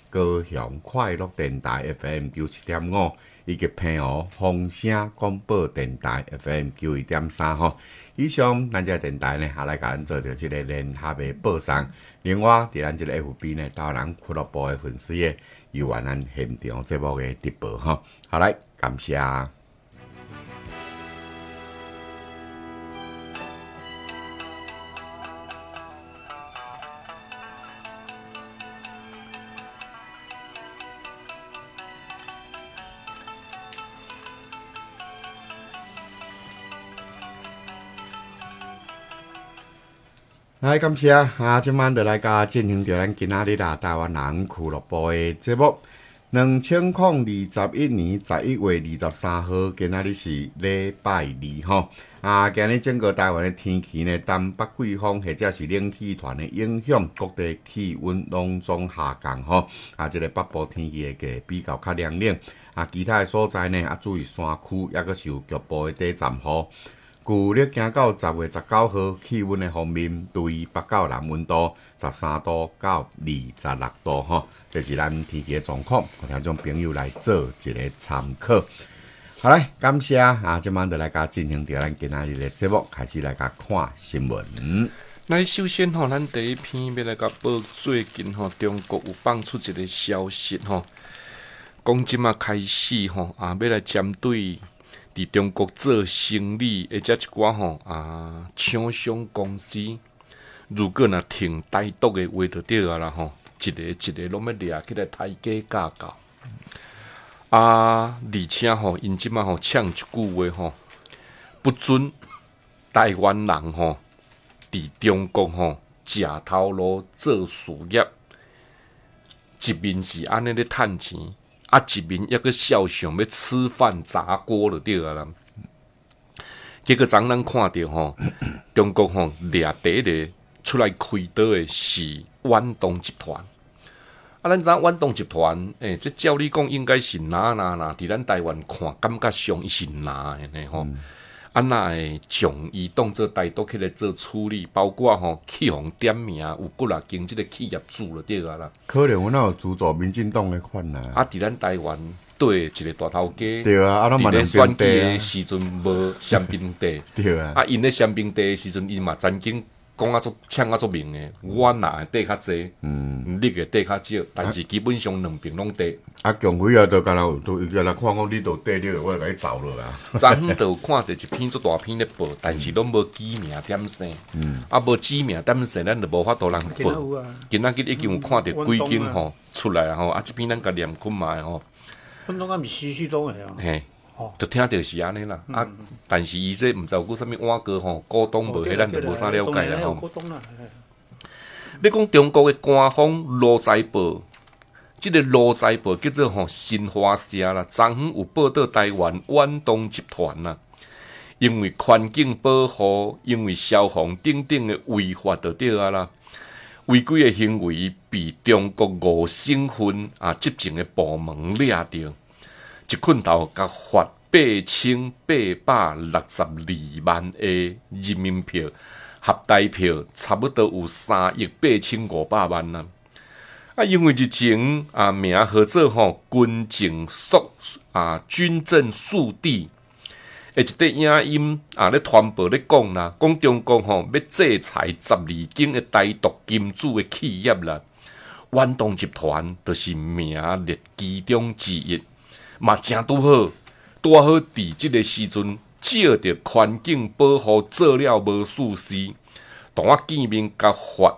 高雄快乐电台 FM 97.5，以及澎湖风声广播电台 FM 91.3吼。以上咱这电台呢，也来甲咱做着这个联合的播送。另外，伫咱这个 FB 呢，到咱俱乐部的粉丝页，有完咱现场节目的直播吼。好来，感谢。来，感谢今晚就来甲进行着咱今仔日台湾人俱乐部的节目。2021年11月23号，今仔日是礼拜二吼。今日整个台湾的天气呢，东北季风或者是冷气团的影响，各地气温拢总下降吼。这个北部天气会比较较凉冷。其他的所在呢，注意山区也阁受局部的短暂雨。旧历行到10月19号，气温的方面，对北到南温度13度到26度吼，这是咱天气的状况，我听众朋友来做一个参考。好来，感谢今晚就来甲进行着咱今仔日的节目，开始来甲看新闻。 那首先吼，咱第一篇要来甲报最近吼，中国有放出一个消息吼，讲即马开始吼要来针对。伫中国做生意，或者一寡厂商公司，如果若停台独的话，就对啊啦吼，一个一个拢要掠起来抬价价高。而且吼，因即马吼呛一句话吼，不准台湾人吼伫中国吼食头路做事业，一面是安尼咧趁钱。一面抑个笑想要吃饭砸锅就对啊啦。结果昨咱看到吼，中国吼掠第一个出来开刀的是远东集团。咱知远东集团，这照理讲应该是拿，伫咱台湾看感觉上伊是拿的呢吼。那会将伊当做台独起来做处理，包括吼去互点名有骨力经即个企业主就对啊啦。 可能阮有资助民进党的款啦。 伫咱台湾对一个大头家， 对啊， 伫咧选举的时阵无香槟地， 对啊。 因咧香槟地的时阵，伊嘛曾经讲足呛足明的，我若会地较济，你会地较少，但是基本上两边拢地。 强辉就敢若都来看讲你都地你，我就甲你走了啊。 昨昏就有看一篇足大篇咧报，但是拢无指名点姓，无指名点姓，咱就无法度人报。今仔日已经有看到几间吼出来吼，这篇咱甲念看卖吼。 阮拢敢是徐徐东的啊。 嘿。就听到是安尼啦，但是伊这毋知有啥物碗糕吼，股东无迄，咱就无啥了解啦吼。你讲中国的官方路财报，即个路财报叫做吼新华社啦，昨昏有报道台湾远东集团啦，因为环境保护、因为消防等等的违法就对啊啦，违规的行为被中国5省份执政的部门抓到。一困头甲发8862万的人民票，合台票差不多有38500万啦。因为日前名号做吼军政军政速递，一个影音咧传播咧讲啦，讲中国吼要制裁12间的台独金主的企业啦，远东集团就是名列其中之一。嘛，正拄好伫即个时阵，借着环境保护做了无事事，同我见面甲发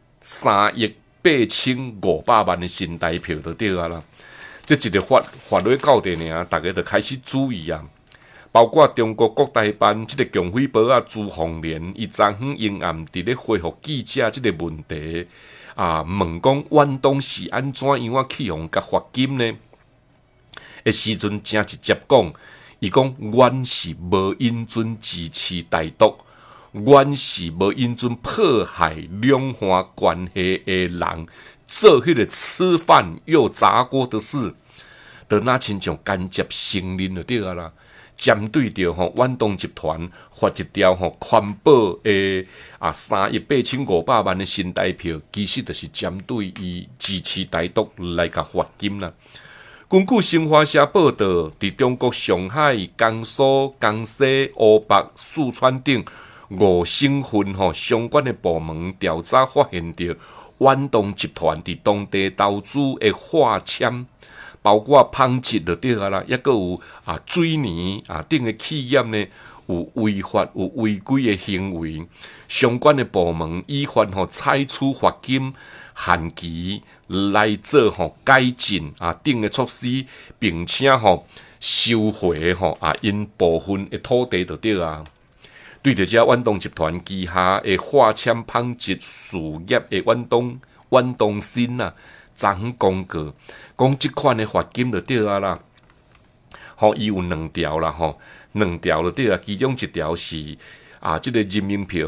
38500万的新台票就对啊啦。这一个发落到地呢，大家就开始注意啊。包括中国国台办即个强辉报朱凤莲，伊昨昏阴暗伫咧回复记者即个问题问讲远东是安怎样去互甲罚金呢？的时阵真直接讲，伊讲阮是无因准支持台独，阮是无因准迫害两岸关系的人，做迄个吃饭又砸锅的事，就那亲像间接承认就对啊啦。 针对着远东集团发一条环保的3.85亿的新台票，其实就是针对伊支持台独来甲发金啦。根据新华社报道，伫中国上海、江苏、江西、湖北、四川等5省份相关的部门调查发现着远东集团伫当地投资的化纤，包括纺织就对啊啦，抑个有水泥等的企业呢，有违法有违规的行为，相关的部门依法采取罚金、限期来做改进等的措施，并且收回因部分的土地就对啊。对着这远东集团旗下的化纤纺织事业的远东新昨公告，讲即款的罚金就对啊啦。伊有2条啦，2条就对啊，其中1条是即个人民票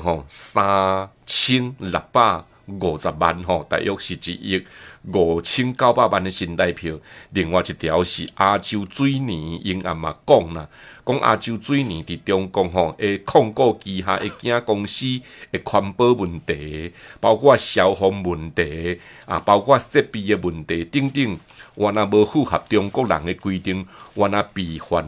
3650万大约是1.59亿的新台票。另外1条是亚洲水泥，因也嘛讲啦，讲亚洲水泥伫中国的控股旗下的子公司的环保问题，包括消防问题包括设备的问题等等，原来无符合中国人的规定，原来被罚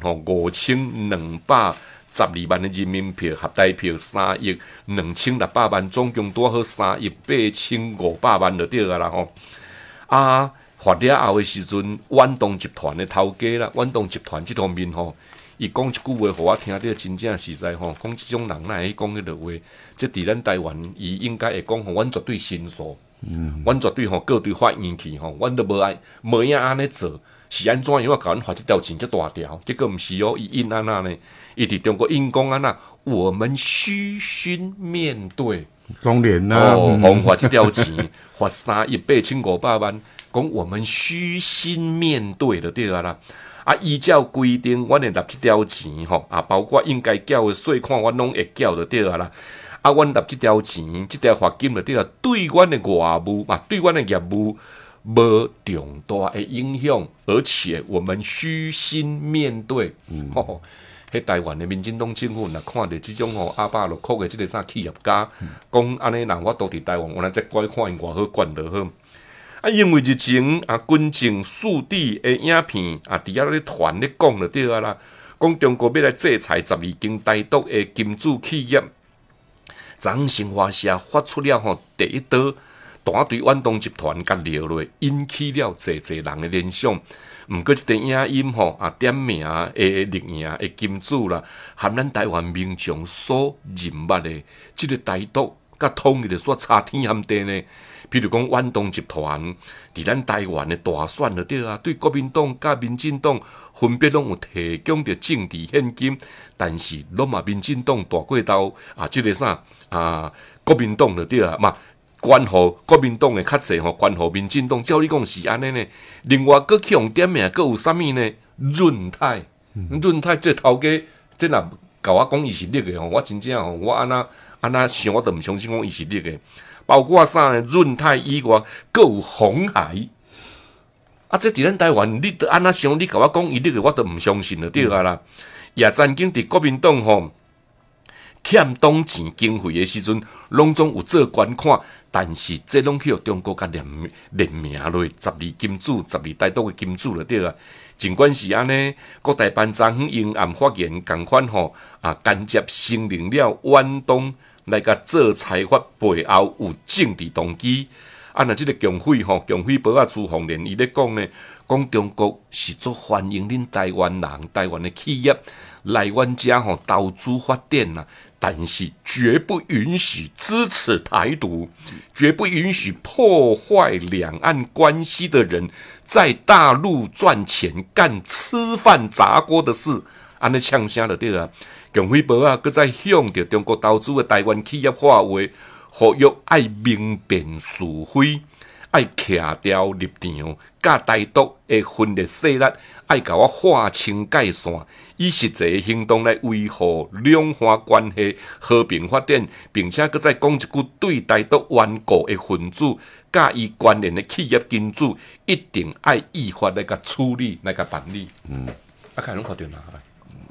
5212万的人民票，合台票3.26亿万，总共多好3.85亿万就对啊啦罚了后的时阵，远东集团的头家啦，远东集团这方面伊讲一句话，互我听到真正实在讲即种人哪会讲迄落话？即伫咱台湾，伊应该会讲阮绝对申诉，阮绝对告对法院去阮都无影安尼做。是安怎样？我甲阮罚这条钱这大条，结果毋是伊因安那呢？伊伫中国因讲安那，我们虚心面对。 当然啦， 罚这条钱，罚3.85亿万，讲我们虚心面对就对啊啦。依照规定，阮会纳这条钱包括应该缴的税款，阮拢会缴就对啊啦。阮纳这条钱，这条罚金就对啊，对阮的业务对阮的业务无重大的影响，而且我们虚心面对。迄台湾的民进党政府若看到即种800块的即个企业家，讲安尼人我都伫台湾，我咱再改看因偌好管得好。因为日前军情4地的影片伫遐咧传咧讲就对啊啦，讲中国要来制裁12间台独的金主企业。昨新华社发出了第一刀。大对远东集团甲掠落，引起了侪人的联想。毋过，即个影音点名的立名的金主啦，含咱台湾民众所认捌的即个台独甲统一的煞差天含地呢。譬如讲，远东集团伫咱台湾的大选就对啊，对国民党甲民进党分别拢有提供着政治现金，但是拢嘛民进党大过头即个国民党就对啊嘛。关乎国民党的较济关乎民进党，照你讲是安尼呢？另外，搁去用点名，搁有啥物呢？润泰，润泰这头家，这若甲我讲伊是绿的我真正我安那想，我都毋相信讲伊是绿的。包括啥呢？润泰以外，搁有鸿海。这伫咱台湾，你都安那想，你甲我讲伊绿的，我都毋相信了，对啊啦。也曾经伫国民党欠党钱经费的时阵，拢总有做捐款，但是这拢去中国甲连名落12金主，12台独的金主就对啊。尽管是安尼，国台办昨昏因案发言共款间接承认了远东来甲做财阀背后有政治动机。若即个共匪共匪报朱凤莲伊咧讲呢，讲中国是足欢迎恁台湾人、台湾的企业来阮遮投资发展啦。但是绝不允许支持台独，绝不允许破坏两岸关系的人在大陆赚钱干吃饭砸锅的事。安尼呛声就对啊！共匪报搁再向着中国投资的台湾企业话话，呼吁爱明辨是非，爱徛条立场，甲台独的分裂势力，爱甲我划清界线，以实际的行动来维护两岸关系和平发展，并且搁再讲一句，对台独顽固的分子，甲伊关联的企业金主，一定爱依法来甲处理，来甲办理。看侬看到哪？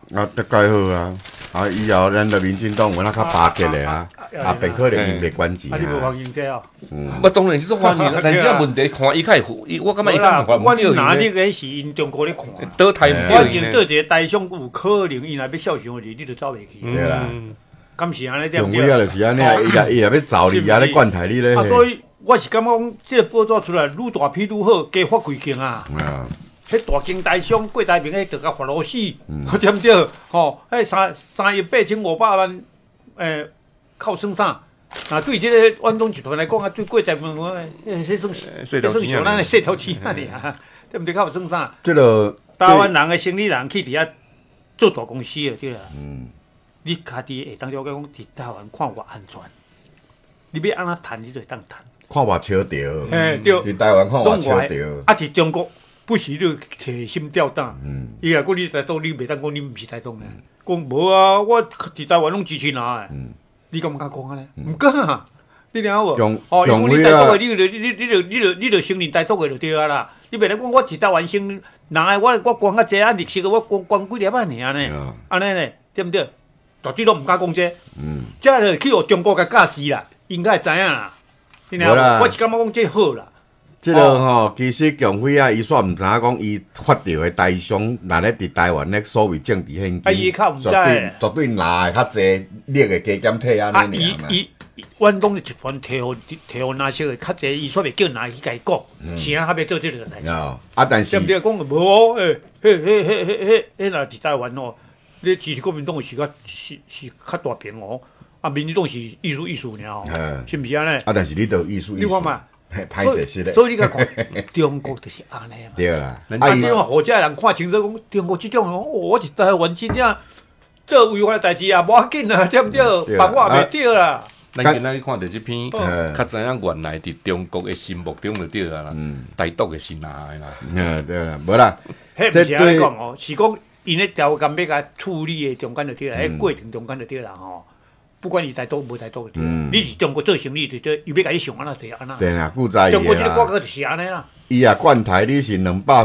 啊，得介好啊！啊，以后咱的民进党有那较巴结的啊，啊，便可能因袂关钱啊，你无啊。 欢迎这哦？ 我当然是说欢迎，但是问题看伊较会，我感觉伊较看我唔对哪伊里个是因中国咧看？ 倒台唔我前做对伊呢。 一个台商有可能伊若要孝顺你，你就走袂去。 对啦， 敢是安尼对用不对？ 尾啊就是安尼啊，伊若要找你啊，咧灌台你咧。 啊，所以我是感觉讲，这个报纸出来愈大批愈好，加发几件啊。 啊， 迄大经台商过台面，迄就甲罚老死，对不对？吼，迄3亿8,500万，靠算啥？啊，对这个远东集团来讲啊，对过台面，迄算细条钱啊咱的细条钱啊，对不对？靠算啥？ 这个台湾人的生理人去伫遐做大公司的对啦。你家己会当了解讲，伫台湾看偌安全，你要安怎谈，你就会当谈。 看我笑着， 嘿，对。 伫台湾看我拢外笑着， 啊，伫中国不时你提心吊胆。伊若讲你台东，你袂当讲你毋是台东的。讲无啊，我伫台湾拢支持拿的。你敢毋敢讲安尼？毋敢啊！你听有无？哦，伊讲你台东的，你就承认台东的就对啊啦。你袂当讲我伫台湾生拿的，我管较济啊，历史我管几粒啊尔呢？安尼呢，对毋对？绝对拢毋敢讲这。这就去互中国甲教死啦，应该会知影啦。你听有无？我是感觉讲这好啦。 这个吼，其实共匪啊，伊煞毋知影讲伊发到的台商，若咧伫台湾咧所谓政治现金，绝对拿的较济，列的加减退安尼尔嘛。 远东的集团提互那些的较济，伊煞袂叫拿去甲伊讲，是啊，还要做这个代志。 啊，但是对不对？讲无哦，迄若伫台湾哦，你支持国民党是较大屏哦，啊，民进党是意思尔哦，是毋是安尼？ 啊，但是你都意思， 你看嘛。 歹势是咧， 所以你甲讲，中国就是安尼嘛。 对啦， 啊，即种好家人看清楚讲，中国即种哦，我伫台湾真正做违法的代志啊，无要紧啊，对不对？办我袂对啦。 咱今仔日看到即篇，较知影原来伫中国的心目中就对啊啦，台独的是哪的啦？ 对啦，无啦， 迄毋是安尼讲哦，是讲因咧条干要甲处理的中间就对啦，迄过程中间就对啦吼。不管你台独无台独，你是中国做生意，就伊要甲你上安那对安那。 对啦，固在中国这个国家就是安尼啦。 伊也灌台你是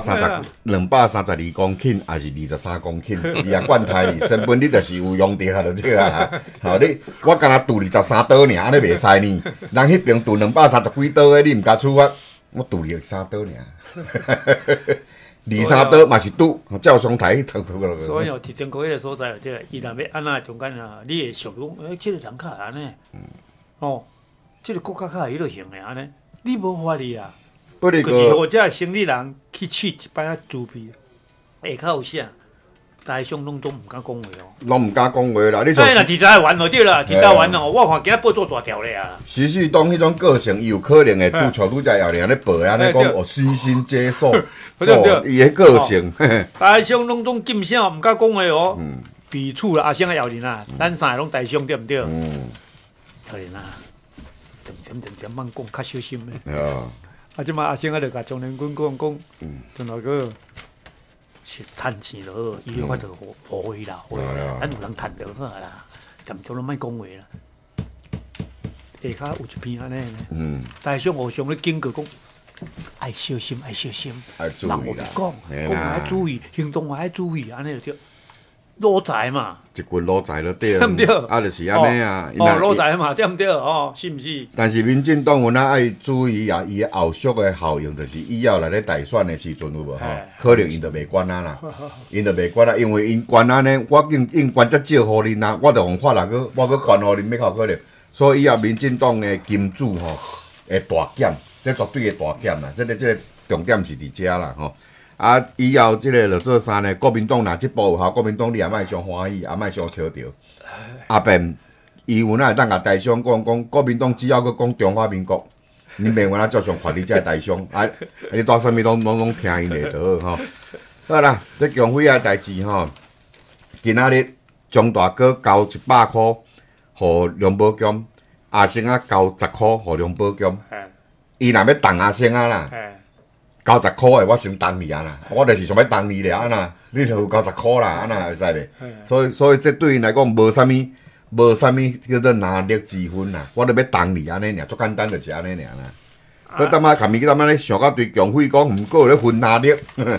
232公顷，还是23公顷？伊也灌台你，身份你就是有用着就对啦。吼你，我敢若拄23刀尔，安尼袂使呢。人迄边拄230几刀的，你毋敢处我拄23刀尔。23刀嘛是拄，照相台所以哦，伫中国迄个所在对，伊若要安那中间啊，你会想讲，即个人较安尼，哦，即个国家较迄落行的安尼，你无法哩啊。就是互遮生理人去试一摆啊猪皮，下较有啥？台商拢毋敢讲话哦， 拢毋敢讲话啦。你像若伫台湾就对啦，伫台湾哦，我看今仔报纸大条咧啊。 徐旭东迄种个性，伊有可能会拄像拄则后日安尼报安尼讲，哦，虚心接受，哦，伊诶个性。 台商拢总禁声，毋敢讲话哦。比处啦，阿星啊，后日啊，咱三个拢台商对毋对？后日啊，点慢讲，较小心诶。啊，即马阿星啊，就甲中联军讲，就那个是趁钱咯，伊有法度互伊啦，咱有人趁着好啦，但都拢莫讲话啦。下骹有一篇安尼，台商互相咧警告讲，爱小心，爱小心，人有讲爱注意，行动爱注意，安尼就对。裸财嘛， 一群裸财就对， 对毋对？ 啊，就是安尼啊。 裸财嘛，对毋对？哦，是毋是？ 但是民进党阮爱注意啊，伊后续的效应就是以后来咧大选的时阵有无吼？可能因就袂管啊啦，因就袂管啊，因为因管啊呢，我应管遮少互恁啊，我就用法来去，我去管互恁要靠可能。所以以后民进党的金主吼会大减，这绝对会大减啦。这个重点是伫遮啦吼。啊，以后即个就做啥呢？国民党若即步有效，国民党你也莫伤欢喜，也莫伤笑着。后边伊有哪会当甲台商讲，国民党只要去讲中华民国，你免我照常罚你遮台商。啊，你带啥物拢听因咧就好吼。好啦，这共匪啊代志吼，今仔日张大哥交100块，互梁宝强，阿星啊交10块，互梁宝强。伊若要动阿星啊啦。交10块的，我先动你啊啦！我就是想要动你俩啊啦，你就有交10块啦，啊那会使袂？所以这对因来讲无啥物叫做拿力之分啦。我著要动你安尼尔，足简单就是安尼尔啦。我感觉看物件咧想到对共匪讲，毋过咧分拿力，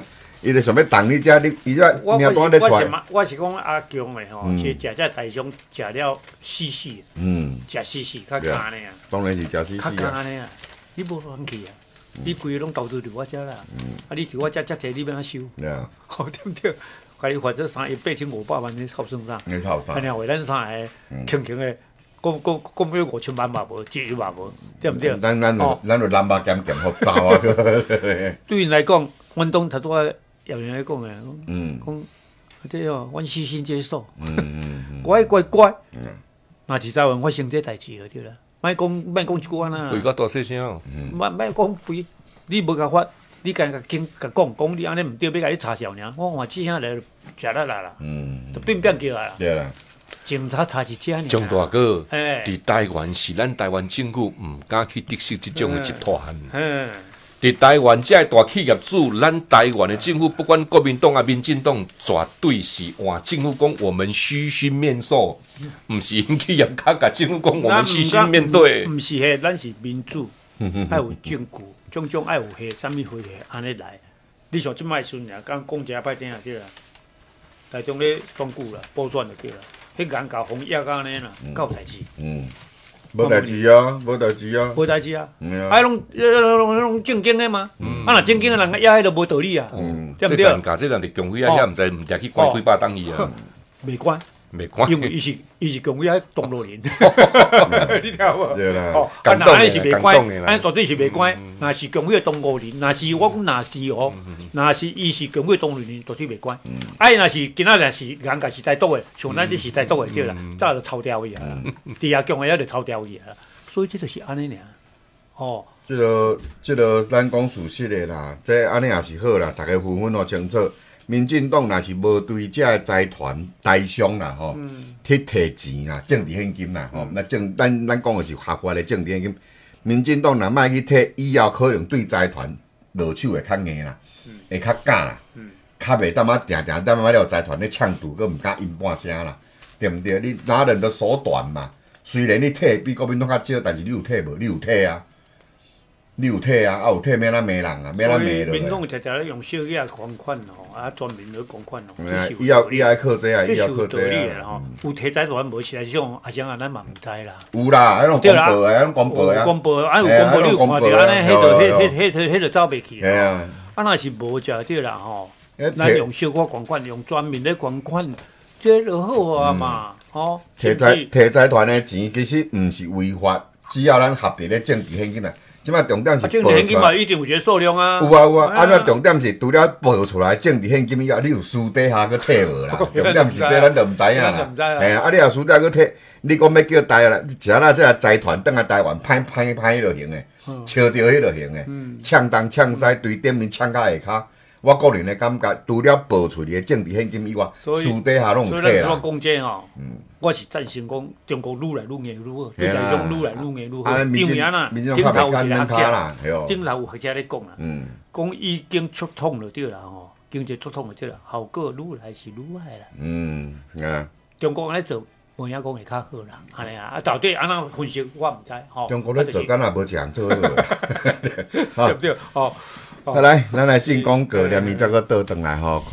伊就想要动你遮，伊遮命单咧出来。 我是讲阿强的吼，是食这大肠食了死死，食死死较干的啊。 当然是食死死较干的啊，你无乱去啊，你规个拢投资伫我遮啦，啊你伫我遮遮济，你要安收？好对不对？甲你还这38500万，你凑算啥？ 你凑啥？ 安尼话咱三个轻轻的。讲要5000万嘛无，1亿嘛无，对毋对？ 咱就南北兼复杂啊！ 对因来讲，阮当头拄仔姚员来讲诶，讲这哦，阮虚心接受，乖，若是在发生这代志就对啦。莫讲一句安那， 肥甲大细声， 莫讲肥，你无甲发，你甲讲你安尼毋对，要甲你查销尔。我换几声来食力啦，就变叫啊啦。 对啦。 警察查一只尔。 张大哥，伫台湾是咱台湾政府毋敢去得悉即种的集团。伫台湾这大企业主，咱台湾的政府不管国民党啊、民进党，绝对是换政府讲我们虚心面受，毋是因企业家甲政府讲我们虚心面对。 毋是迄，咱是民主，爱有证据，种爱有迄，啥物回安尼来。你像即摆阵尔，讲一下歹听下对啦，台中咧选举啦，补选就对啦。迄眼甲红压到安尼啦，够代志。 无代志啊，无代志啊。 无代志啊。啊，拢正经的嘛。啊，若正经的人压迄就无道理啊。 对毋对？这人伫强威啊，也毋知毋定去关几百档伊啊。 袂关。 袂关。 因为伊是强威啊，东路人。你听无？ 对啦。 哦，啊，若安尼是袂关，安尼绝对是袂关。若是强威的东路人，若是我讲若是哦，若是伊是强威东路人，绝对袂关。啊，若是今仔日是人家是台独的，像咱这是台独的对啦，早就抄掉伊啊。伫下强威也就抄掉伊啊。所以这就是安尼尔。哦。 这个咱讲事实的啦，这安尼也是好啦，大家分分清楚。民进党若是无对这个财团台商啦吼，去摕钱啦，政治现金啦吼，那咱讲的是合法的政治现金。民进党若莫去摕，以后可能对财团落手会较硬啦，会较敢啦，较袂当定了财团咧呛赌，佮毋敢应半声啦，对毋对？你拿人的手段嘛，虽然你摕比国民党较少，但是你有摕无？你有摕啊？你有退啊，有退免咱骂人啊，免咱骂落。 民众常常咧用小额公款吼，啊专门咧公款吼。 以后爱靠这啊，以后靠这啊。吼，有摕财团无是来种，啊像啊咱嘛毋知啦。 有啦，迄种公报的，迄种公报啊。 公报，啊有公报你有看到安尼，迄就走袂去啦。啊若是无就对啦吼，咱用小额公款，用专门咧公款，这就好啊嘛，吼。 摕财团的钱其实毋是违法，只要咱合伫咧政治现金啊。即摆重点是政治现金嘛，一定有一个数量啊。 有啊，啊那重点是除了报出来政治现金以外，你有私底下去摕无啦？重点是这咱就毋知影啦。嘿啊，你若私底下去摕，你讲要叫台啦，像咱这个财团登来台湾，歹迄就行诶，笑着迄就行诶，呛东呛西，对点面呛到下骹。我个人的感觉，除了报出嚟的政治现金以外，私底下拢有摕啦。 所以讲这吼，我是赞成讲中国愈来愈硬愈好，对台中愈来愈硬愈好。因为啊，顶头有一个学者，顶头有学者咧讲啦，讲已经出统了对啦吼，经济出统了对啦，效果愈来是愈歹啦。中国安尼做，无影讲会较好啦，安尼啊，到底安怎分析我毋知吼。 中国咧做，敢若无这样做好。 对不对？哦。 好来，咱来进广告，连面再个倒转来吼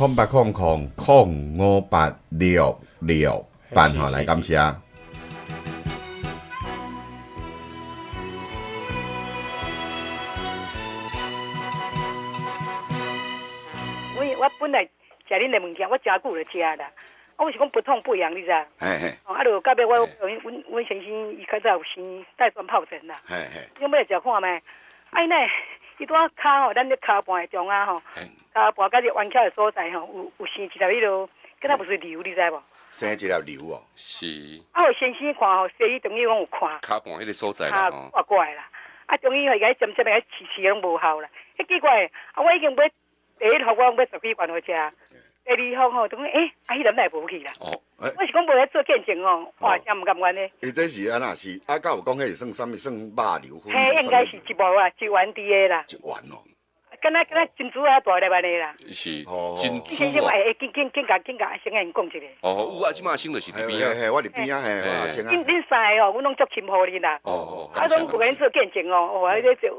，0800058668吼，来感谢。 我本来食恁的物件，我真久就食啦。我是讲不痛不痒，你知？啊，就到尾我阮先生伊较早有生带状疱疹啦。我要来食看觅，哎呢？伊拄仔骹吼，咱咧骹盘的中啊吼，骹盘甲一弯翘的所在吼，有生一条迄落，敢若不是瘤，你知无？ 生一条瘤哦。 是。 啊，有先生看吼，西医中医讲有看。 骹盘迄个所在啦吼。怪怪啦，啊中医伊甲伊针针甲伊试拢无效啦，迄奇怪，啊我已经买第一号我买10几罐好食，第二号吼，就讲啊迄人来无去啦。我是讲无来做见证哦，哇，真毋甘愿呢。 伊这是安那是啊？敢有讲迄是算啥物？算肉瘤？ 嘿，应该是一丸啊，一丸滴的啦。 一丸哦。 敢若珍珠啊大粒安尼啦。 是珍珠。先生，紧甲先生讲一个。 哦，有啊，即马先就是伫边啊。 嘿，我伫边啊，嘿，我先啊。 恁三个哦，阮拢足钦护你啦。啊，拢有甲恁做见证哦，迄个有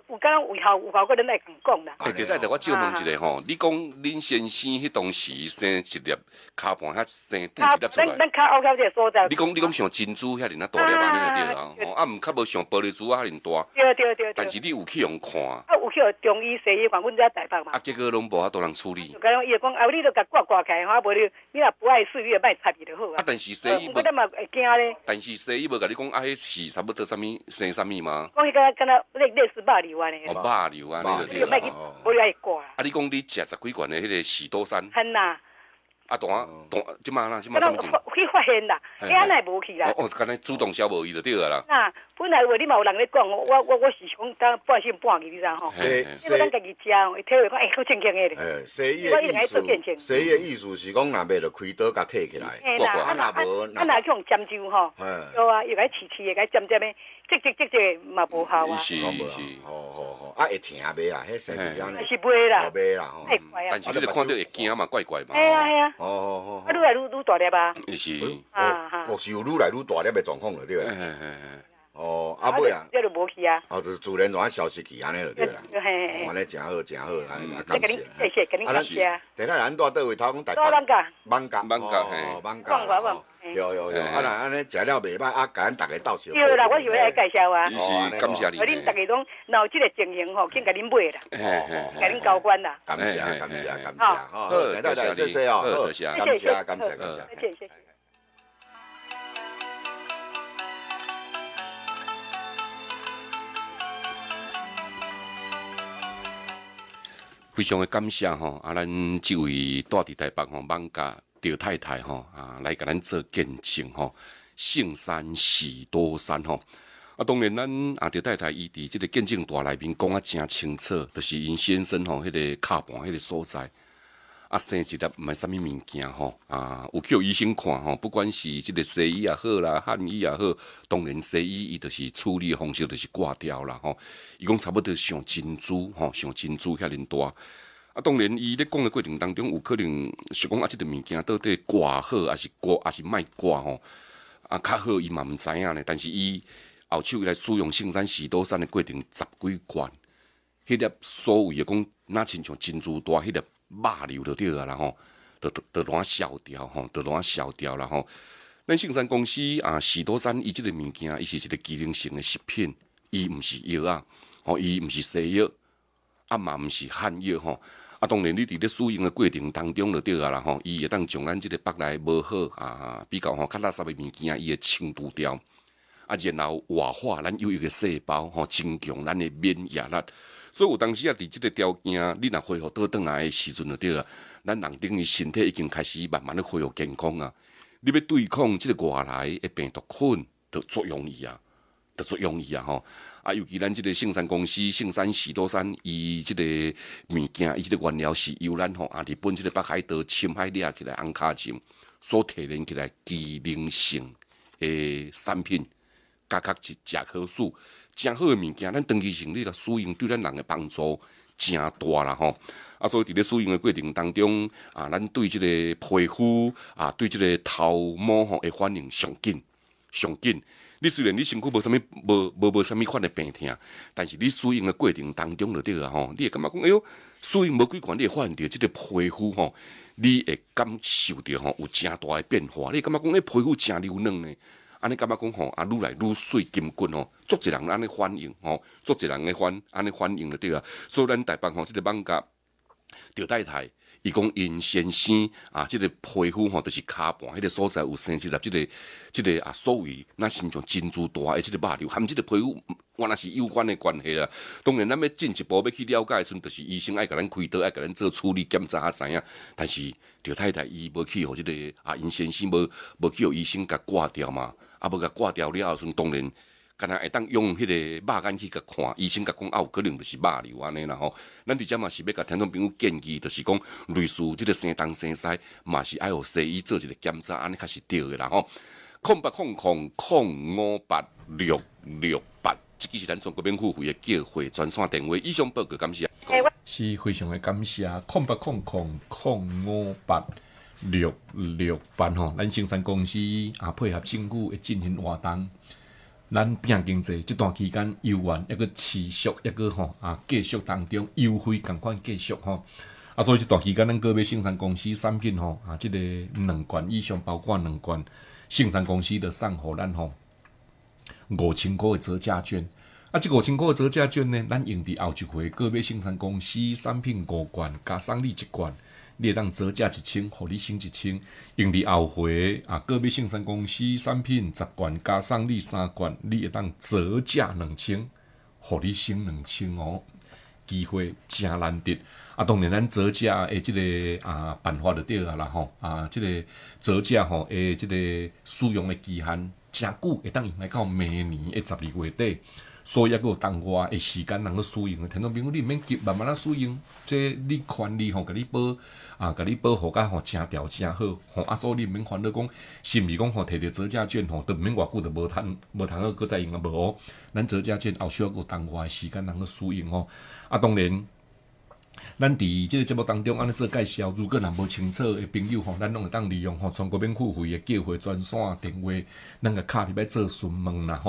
有敢有效个人来共讲啦。 对，但我借问一下吼，你讲恁先生迄当时生一粒骹盘，遐生第一粒出来。 咱骹后口这个所在。 你讲像珍珠遐尔大粒安尼对啊，啊毋较无像玻璃珠啊遐尔大。 对。 但是你有去用看。 啊，有去中医西医看，阮在台北嘛。 啊，结果拢无法度人处理。 就讲伊就讲，你就甲挂起来，哈，无你若不爱水，你就莫插伊就好啊。 啊，但是西医无。 咱嘛会惊咧。 但是西医无甲你讲啊，迄是差不多啥物生啥物吗？ 讲迄个敢若类似肉瘤安尼。 哦，肉瘤啊， 你就莫去，无你爱挂。 啊，你讲你食10几罐的迄个喜多山。 很呐。 啊，即马啦， 去发现啦，安奈无去啦。 哦，敢若主动消无伊就对啦。 啊，本来话你嘛有人咧讲，我是讲当半信半疑，你知吼？因为咱家己食哦，伊体会讲，好正经诶咧。 西医的意思是讲，若要就开刀甲摕起来。 啊，若去用针灸吼，有啊，又甲伊刺的，甲伊针诶，即嘛无效啊。 是。 好，啊会疼袂啊？迄西医安尼。 是袂啦。 袂啦吼。 但是你就看到会惊嘛，怪嘛。 系啊。 哦。 啊，愈来愈大粒啊。 是。 是有愈来愈大粒的状况就对啦。哦，啊尾啊， 这就无去啊。 哦，就自然就消失去安尼就对啦。安尼真好，感谢。 谢，肯定感谢。 等下咱住倒位头讲台北。 艋舺。 艋舺。有，啊那安尼食了袂歹，啊，甲咱大家斗相。 对啦，我就来介绍啊。 是，感谢你。 恁大家拢若有即个情形吼，紧甲恁买啦，甲恁交关啦。 感谢，好，谢谢哦，感谢。 非常的感谢吼，啊，咱这位住伫台北吼，艋舺赵太太吼，啊，来甲咱做见证吼，圣山喜多山吼，啊，当然咱赵太太伊伫即个见证大内面讲啊真清楚，就是因先生吼，迄个骹盘迄个所在，啊，生一粒毋是啥物物件吼，啊，有去医生看吼，不管是即个西医也好啦，汉医也好，当然西医伊就是处理的方式就是挂掉啦吼，伊讲差不多像珍珠吼，像珍珠遐尔大。啊，当然，伊咧讲的过程当中，有可能是讲啊，即个物件到底挂好，还是莫挂吼？啊，较好伊嘛毋知影呢。但是伊后手来使用圣山喜多山的过程10几罐，迄粒所谓的讲，那亲像珍珠大，迄粒肉瘤就对啊啦吼，就乱消掉吼，就乱消掉啦吼。咱圣山公司啊，喜多山伊即个物件，伊是一个机能性的食品，伊毋是药啊，吼，伊毋是西药。啊嘛毋是汉药吼，啊当然你伫咧使用的过程当中就对啊啦吼，伊会当将咱即个腹内无好啊，比较吼较垃圾的物件，伊会清除掉，啊然后活化咱有一个细胞吼，增强咱的免疫力。所以有当时啊，伫即个条件，你若恢复倒转来的时阵就对啊，咱人等于身体已经开始慢慢的恢复健康啊。你要对抗即个外来的病毒菌，就作用伊啊。吼，啊，尤其咱即个圣山公司、圣山喜多山，伊即个物件，伊即个原料是由咱吼日本即个北海道深海掠起来红卡金所提炼起来机能性的产品，加一食好数，真好的物件，咱长期性你来使用，对咱人的帮助真大啦吼。啊，所以伫咧使用的过程当中，啊，咱对即个皮肤啊，对即个头毛吼的反应上紧。你虽然你身躯无啥物款的病痛，但是你使用的过程当中就对啊吼，你会感觉讲，哎哟，使用无几罐，你会发现到即个皮肤吼，你会感受到吼有真大的变化，你会感觉讲，皮肤真柔嫩呢，安尼感觉讲吼，啊，愈来愈水筋骨吼，足一人安尼反应吼，足一人的安尼反应就对啊，所以咱台北吼，即个艋舺赵太太。伊讲因先生啊，即个皮肤吼，就是骹盘迄个所在有生一粒即个啊，所谓那亲像珍珠大的即个肉瘤，含即个皮肤原来是有关的关系啦。当然，咱要进一步要去了解的时阵，就是医生爱甲咱开刀，爱甲咱做处理检查知影。但是赵太太伊无去互即个啊，因先生无去互医生甲挂掉嘛，啊，无甲挂掉了后时阵，当然。敢若会当用迄个肉眼去甲看，医生甲讲有可能就是肉瘤安尼啦吼。咱伫遮嘛是要甲听众朋友建议，就是讲类似即个生东生西，嘛是爱互西医做一个检查，安尼较是对的啦吼。0800-058-668，即个是咱中国免付费的叫货专线电话。以上报告感谢。是非常的感谢0800-058-668吼，咱生产公司啊配合政府的进行活动。 咱拼经济这段期间游玩抑个持续抑个继续当中优惠共款继续所以这段期间咱个别生产公司产品这个2罐以上，包括2罐生产公司的送互咱5000块的折价券。这5000块的折价券呢，咱用伫后一回个别生产公司产品5罐加送你1罐，你会当折价1000，互你省1000。用伫后回个别生产公司产品10罐加送你3罐，你会当折价2000，互你省2000哦。机会真难得当然咱折价的这个办法就对啦这个折价的这个使用的期限真久，会当用来到明年的12月底。所以还有当外的时间能够使用，听众朋友你免急，慢慢啊使用。这你权利甲你保护甲真条真好所以你免烦恼讲，是毋是讲摕着折价券都免偌久就无通好搁再用无咱折价券后需要有当外的时间能够使用当然。咱伫即个节目当中安尼做介绍，如果若无清楚的朋友咱拢会当利用全国免付费的叫货专线电话，咱个卡入来做询问啦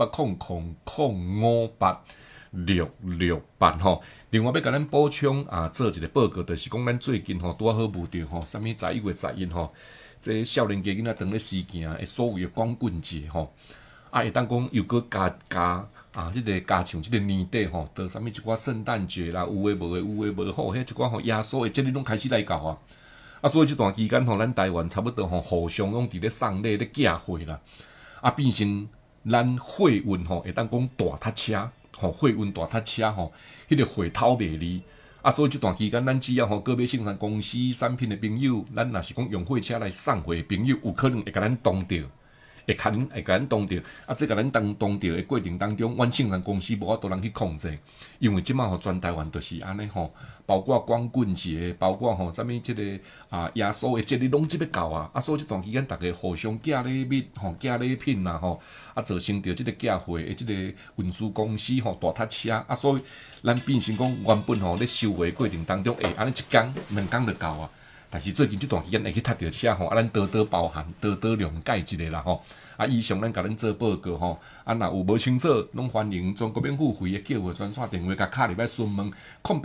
0800058668另外要甲咱补充做一个报告，就是讲咱最近拄好遇到啥物11月11这少年家囡仔当咧实行的所谓的光棍节会当讲又搁加即个加上即个年底到啥物一寡圣诞节啦，有诶无诶，有诶无好，迄一寡耶稣诶节日拢开始来到所以即段期间咱台湾差不多互相拢伫咧送礼咧寄货啦，变成咱货运会当讲大塔车货运大塔车迄个货头袂离所以即段期间咱只要个别生产公司产品诶朋友，咱若是讲用货车来送货诶朋友，有可能会甲咱挡着。会甲咱挡着这甲咱挡着的过程当中，阮生产公司无法度人去控制，因为即马全台湾都是安尼包括光棍节，包括啥物即个耶稣的节日拢即要到所以即段期间，大家互相寄礼物寄礼品啦造成着即个寄货的即个运输公司大塔车所以咱变成讲原本咧收货的过程当中，安尼1天2天就到但是最近这段时间会去踢着车咱多多包涵，多多谅解一下啦以上咱甲咱做报告若有无清楚，拢欢迎全国免付费的叫货专线电话，甲卡入来询问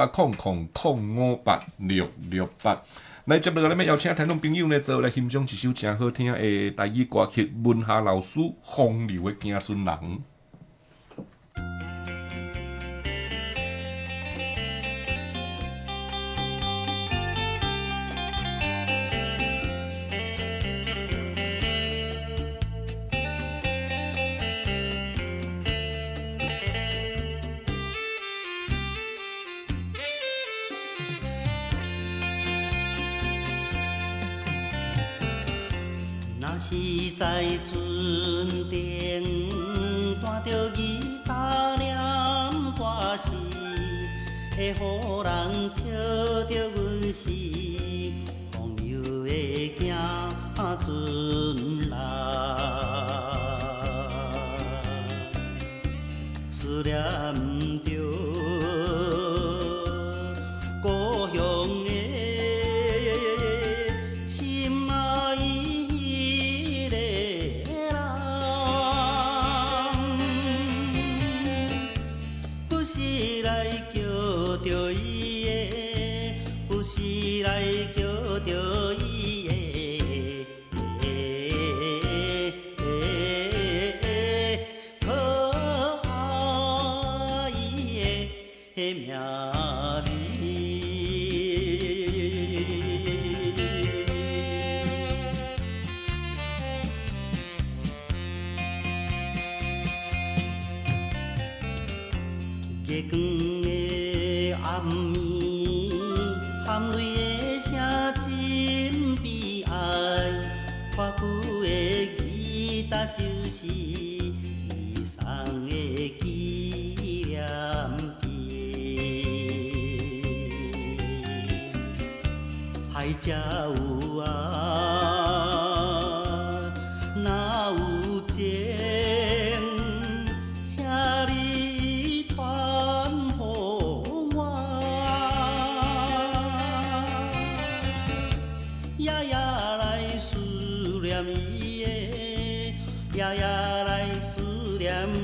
0800058668。来接落来，咱要邀请听众朋友呢，做来欣赏一首真好听的台语歌曲，文夏老师《风流的行船人》。 是在船顶弹着吉他念歌词，会予人笑着阮是风流的行船人，思念着故乡的。月光的暗暝，含泪的声真悲哀。看久的吉他就是伊送的纪念品，海才有哪有情？请你传予我，夜夜来思念伊的，夜夜来思念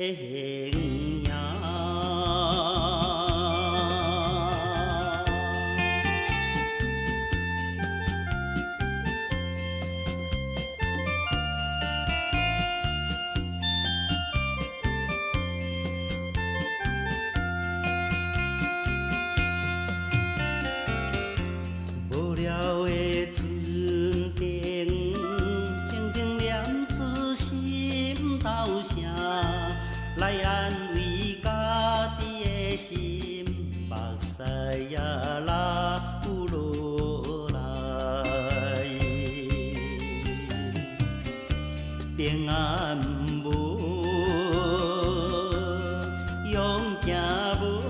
形影。无聊的村顶，静静念出心头声，来安慰家己的心，目屎也流落来，平安无，勇行无。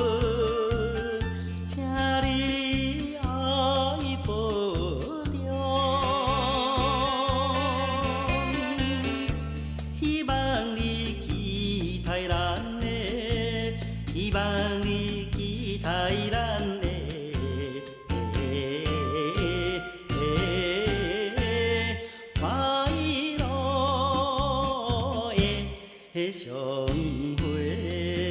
希望你期待咱的快乐的相会。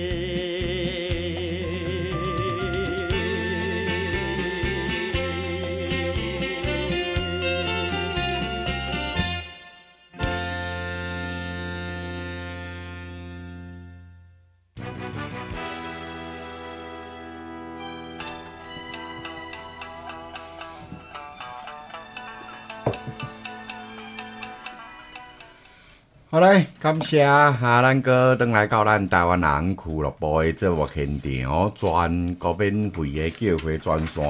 好嘞，感谢咱哥登来到咱台湾人俱乐部的节目现场，全国免费的叫货专线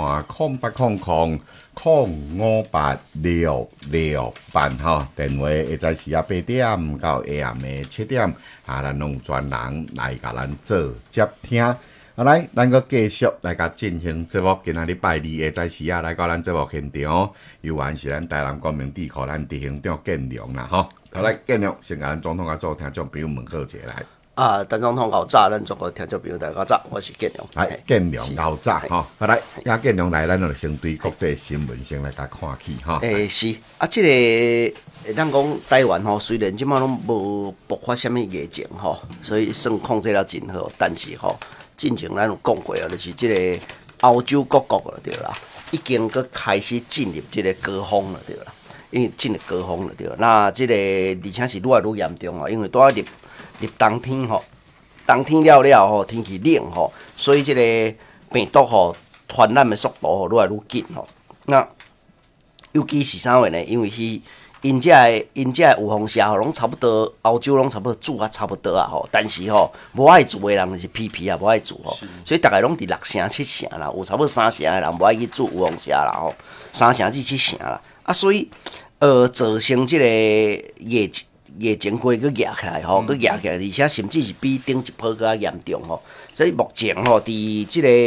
0800-058668吼，电话会在时8点到下暗的7点，咱用专人来甲咱做接听。好来，咱个继续来甲进行节目。今仔日拜二下早时来到咱节目现场，由原是咱台南光明地区咱执行长建良啦吼。好来，建良先甲咱总统甲做听众朋友问好一下来。 陈总统搞早，咱中国听众朋友大家早，我是建良。 来，建良搞早吼。好来，也建良来，咱就先对国际新闻先来甲看起吼。 是啊，这个咱讲台湾吼，虽然即马拢无爆发什么疫情吼，所以算控制了真好，但是吼。进前咱有讲过啊，就是即个欧洲各国了对啦，已经佮开始进入即个高峰了对啦，因为进入高峰了对。那即个而且是愈来愈严重哦，因为拄啊入冬天吼，冬天了吼，天气冷吼，所以即个病毒吼传染的速度吼愈来愈紧吼。那尤其是啥话呢？因为因遮的有风社吼，拢差不多，欧洲拢差不多住啊差不多啊吼，但是吼无爱住的人就是皮皮啊，无爱住吼，所以大概拢伫6成7成啦，有差不多3成的人无爱去住有风社啦吼，3成至7成啦，啊所以造成即个疫情过佫压起来吼，佫压起来，而且甚至是比顶一波佫严重吼，所以目前吼伫即个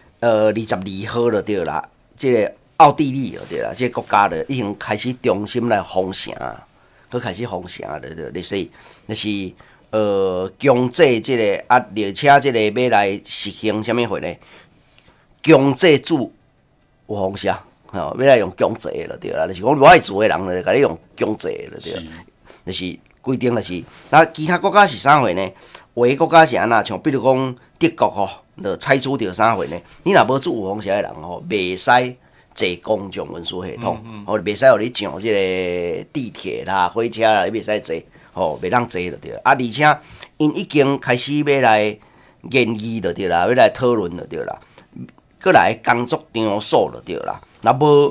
22号就对啦，即个。奥地利了对啦，这个国家了已经开始中心来封城，佮开始封城了对，就是强制这个而且这个要来实行什么货呢？强制住有封城，吼，要来用强制了对啦，就是讲无爱住的人了，甲你用强制了对，就是规定就是，那其他国家是啥货呢？有的国家是安那，像比如讲德国吼，就采取着啥货呢？你若无住有封城的人吼，袂使。坐公共运输系统，袂使互你上即个地铁啦、火车啦，你袂使坐，袂当坐就对了。啊，而且因已经开始要来研议就对啦，要来讨论就对啦，搁来工作场所就对啦。若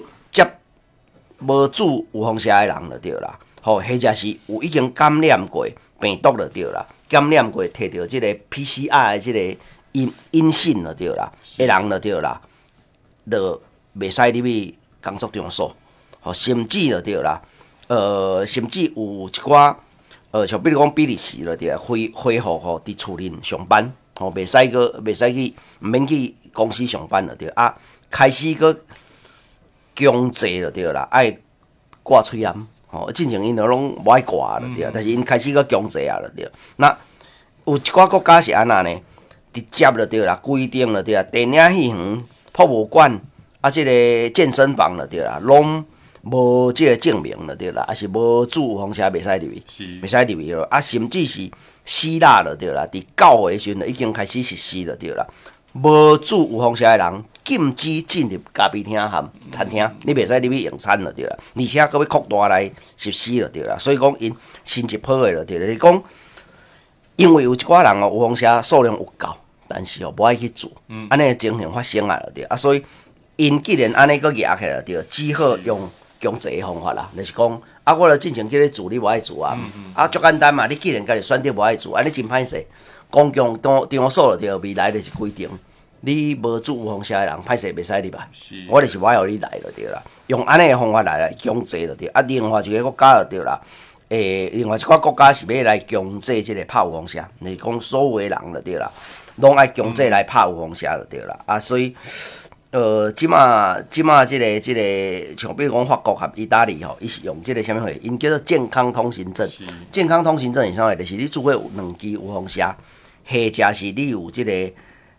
无住有风险的人就对啦，或者是有已经感染过病毒就对啦，感染过摕到即个 PCR 的即个阴性就对啦，的人就对啦，就。袂使入去工作场所，甚至就对啦，甚至有一寡，像比如讲比利时就对啦，恢复吼伫厝内上班，袂使去，毋免去公司上班就对啊，开始个强制就对啦，爱挂喙炎，进前因拢无爱挂就对，但是因开始个强制啊就对。那有一寡国家是安那呢？直接就对啦，规定就对啦，电影戏院、博物馆。啊，即个健身房了对啦，拢无即个证明了对啦，还是无主有风车袂使入去，袂使入去咯。啊，甚至是死啦了对啦，伫9月时阵已经开始实施了对啦。无主有风车的人禁止进入咖啡厅含餐厅，你袂使入去用餐了对啦。而且搁要扩大来实施了对啦。所以讲因新一波的了对啦，是讲因为有一寡人有风车数量有够，但是无爱去做，安尼情形发生啊了对啊，所以因既然安尼搁压起来了对，只好用强制的方法啦，就是讲啊，我著进前叫你做，你无爱做啊，啊，足简单嘛，你既然家己选择无爱做，安尼真歹势。公共场所了对，未来就是规定，你无主有风车的人，歹势袂使入来。我就是我要你来就对啦，用安尼的方法来强制就对。啊，另外一个国家就对啦，另外一寡国家是要来强制即个拍有风车，就是讲所有的人就对啦，拢爱强制来拍有风车就对啦。啊，所以。即马即个，像比如讲法国和意大利吼，伊是用即个啥物货？因叫做健康通行证。健康通行证是啥物？就是你做过有2支有风车，或者是你有即个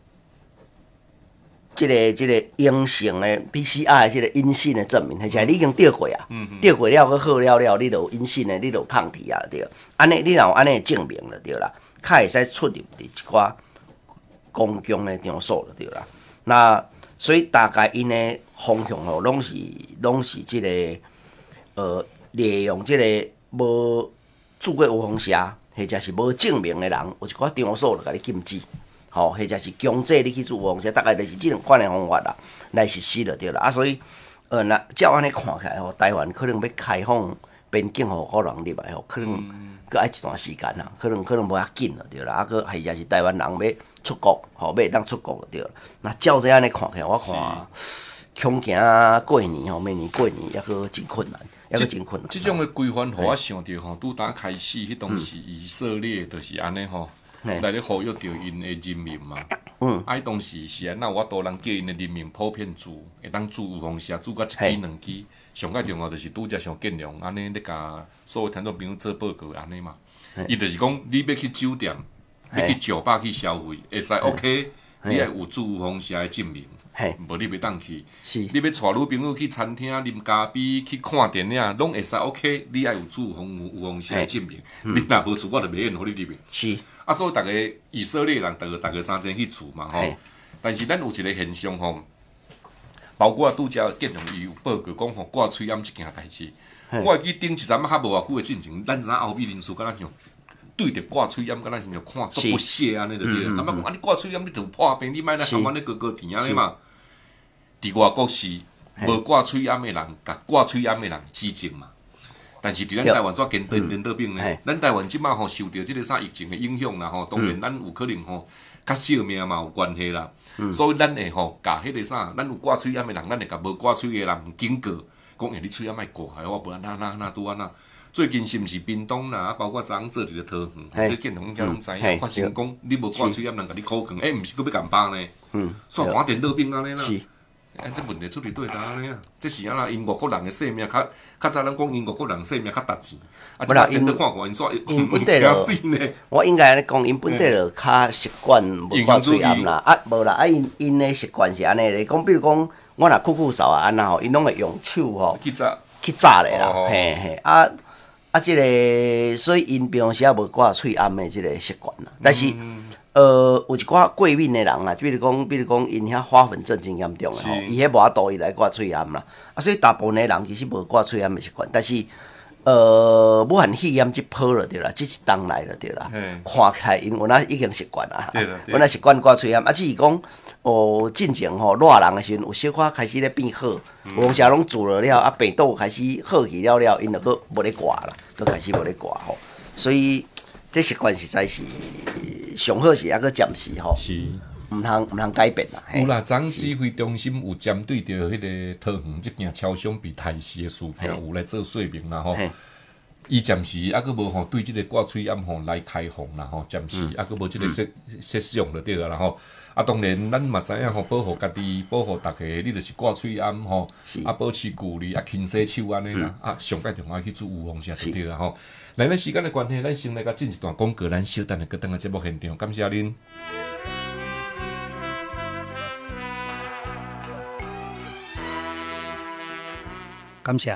阴性的 PCR 的即个阴性的证明，或者你已经得过啊，得过了佮好了，你就有阴性的，你就有抗体啊，对。安尼你若有安尼的证明了对啦，较会使出入伫一寡公共的场所了对啦。那所以大概因的方向吼，拢是即个利用即个无做过有风车，或者是无证明的人，有一寡场所就甲你禁止，吼，或者是强制你去做有风车，大概就是即两款的方法啦，来实施就对啦。啊，所以那照安尼看起来吼，台湾可能要开放边境互国人入来吼，可能搁爱一段时间啦，可能无遐紧了对啦，啊，搁或者是台湾人要出国，吼，要当出国就对了。那照这安尼看起来，我看恐惊过年吼，明年过年还阁真困难，还阁真困难。 即种的规范，互我想着吼，拄当开始迄当时以色列就是安尼吼，来咧呼吁着因的人民嘛。啊，当时是安那我多人叫因的人民普遍做，会当做有风车，做到1支2支。上较重要就是拄则上建良安尼咧，甲所有听众朋友做报告安尼嘛。伊就是讲，你要去酒店，要去酒吧去消费，会使 OK， 你要有做有风车的证明，无你袂当去。你要带女朋友去餐厅啉咖啡、去看电影，拢会使 OK， 你要有做有风车的证明。你若无做，我就袂愿互你入去。 是。 啊，所以逐个以色列人，逐个三层去厝嘛吼。但是咱有一个现象吼。包括拄则建良伊有报告讲吼挂喙烟即件代志，我会记顶一阵仔较无偌久的进前，咱知影欧美人士敢若像对着挂喙烟，敢若是像看足不屑安尼着对。感觉讲啊，你挂喙烟你著破病，你莫来含阮咧高甜安尼嘛。伫外国是无挂喙烟的人，甲挂喙烟的人指证嘛。但是伫咱台湾煞颠倒病呢，咱台湾即马吼受到即个啥疫情的影响啦吼，当然咱有可能吼甲性命嘛有关系啦。所以咱会吼，甲迄个啥，咱有挂喙烟的人，咱会甲无挂喙的人警告，讲你喙烟莫挂，我无那拄安那。最近是毋是屏东啦，包括昨昏做一个桃园，即建同囝拢知影，发生讲你无挂喙烟，人甲你口供，毋是佫要共巴呢？煞换颠倒病安尼啦。这问题出伫对呾安尼啊？这是安那因外国人的性命较早咱讲因外国人性命较值钱，啊，即个颠倒看看因煞因本地就， 我应该安尼讲，因本地就较习惯无挂喙烟啦，啊，无啦，啊，因的习惯是安尼咧，讲比如讲，我若酷扫啊安那吼，因拢会用手吼去炸咧啦，嘿，即个所以因平时也无挂喙烟的即个习惯啦，但是。有一寡过敏的人啦，比如讲，因遐花粉症真严重的吼，伊迄无法度伊来挂喙烟啦。啊，所以大部分的人其实无挂喙烟的习惯，但是武汉肺炎即波了对啦，即一冬来了对啦，看起来因阮仔已经习惯啦，阮仔习惯挂喙烟，啊，只是讲进前吼热人的时阵有小可开始咧变好，有风车拢做了，啊病毒开始好去了，因就佫无咧挂啦，佫开始无咧挂吼，所以这习惯实在是。上好是还佫暂时吼，是毋通改变啦。 有啦，总指挥中心有针对着迄个桃园即件超商被刣死的事件，有来做说明啦吼。伊暂时还佫无吼对即个挂喙烟吼来开放啦吼，暂时还佫无即个设想就对啦吼。啊，当然咱嘛知影吼，保护家己，保护大家，你就是挂喙烟吼，啊保持距离，啊勤洗手安尼啦，啊上界重要去做预防下就对啦吼。咱时间的关系，咱先来甲进一段广告，咱稍等下搁等个节目现场，感谢恁。 感谢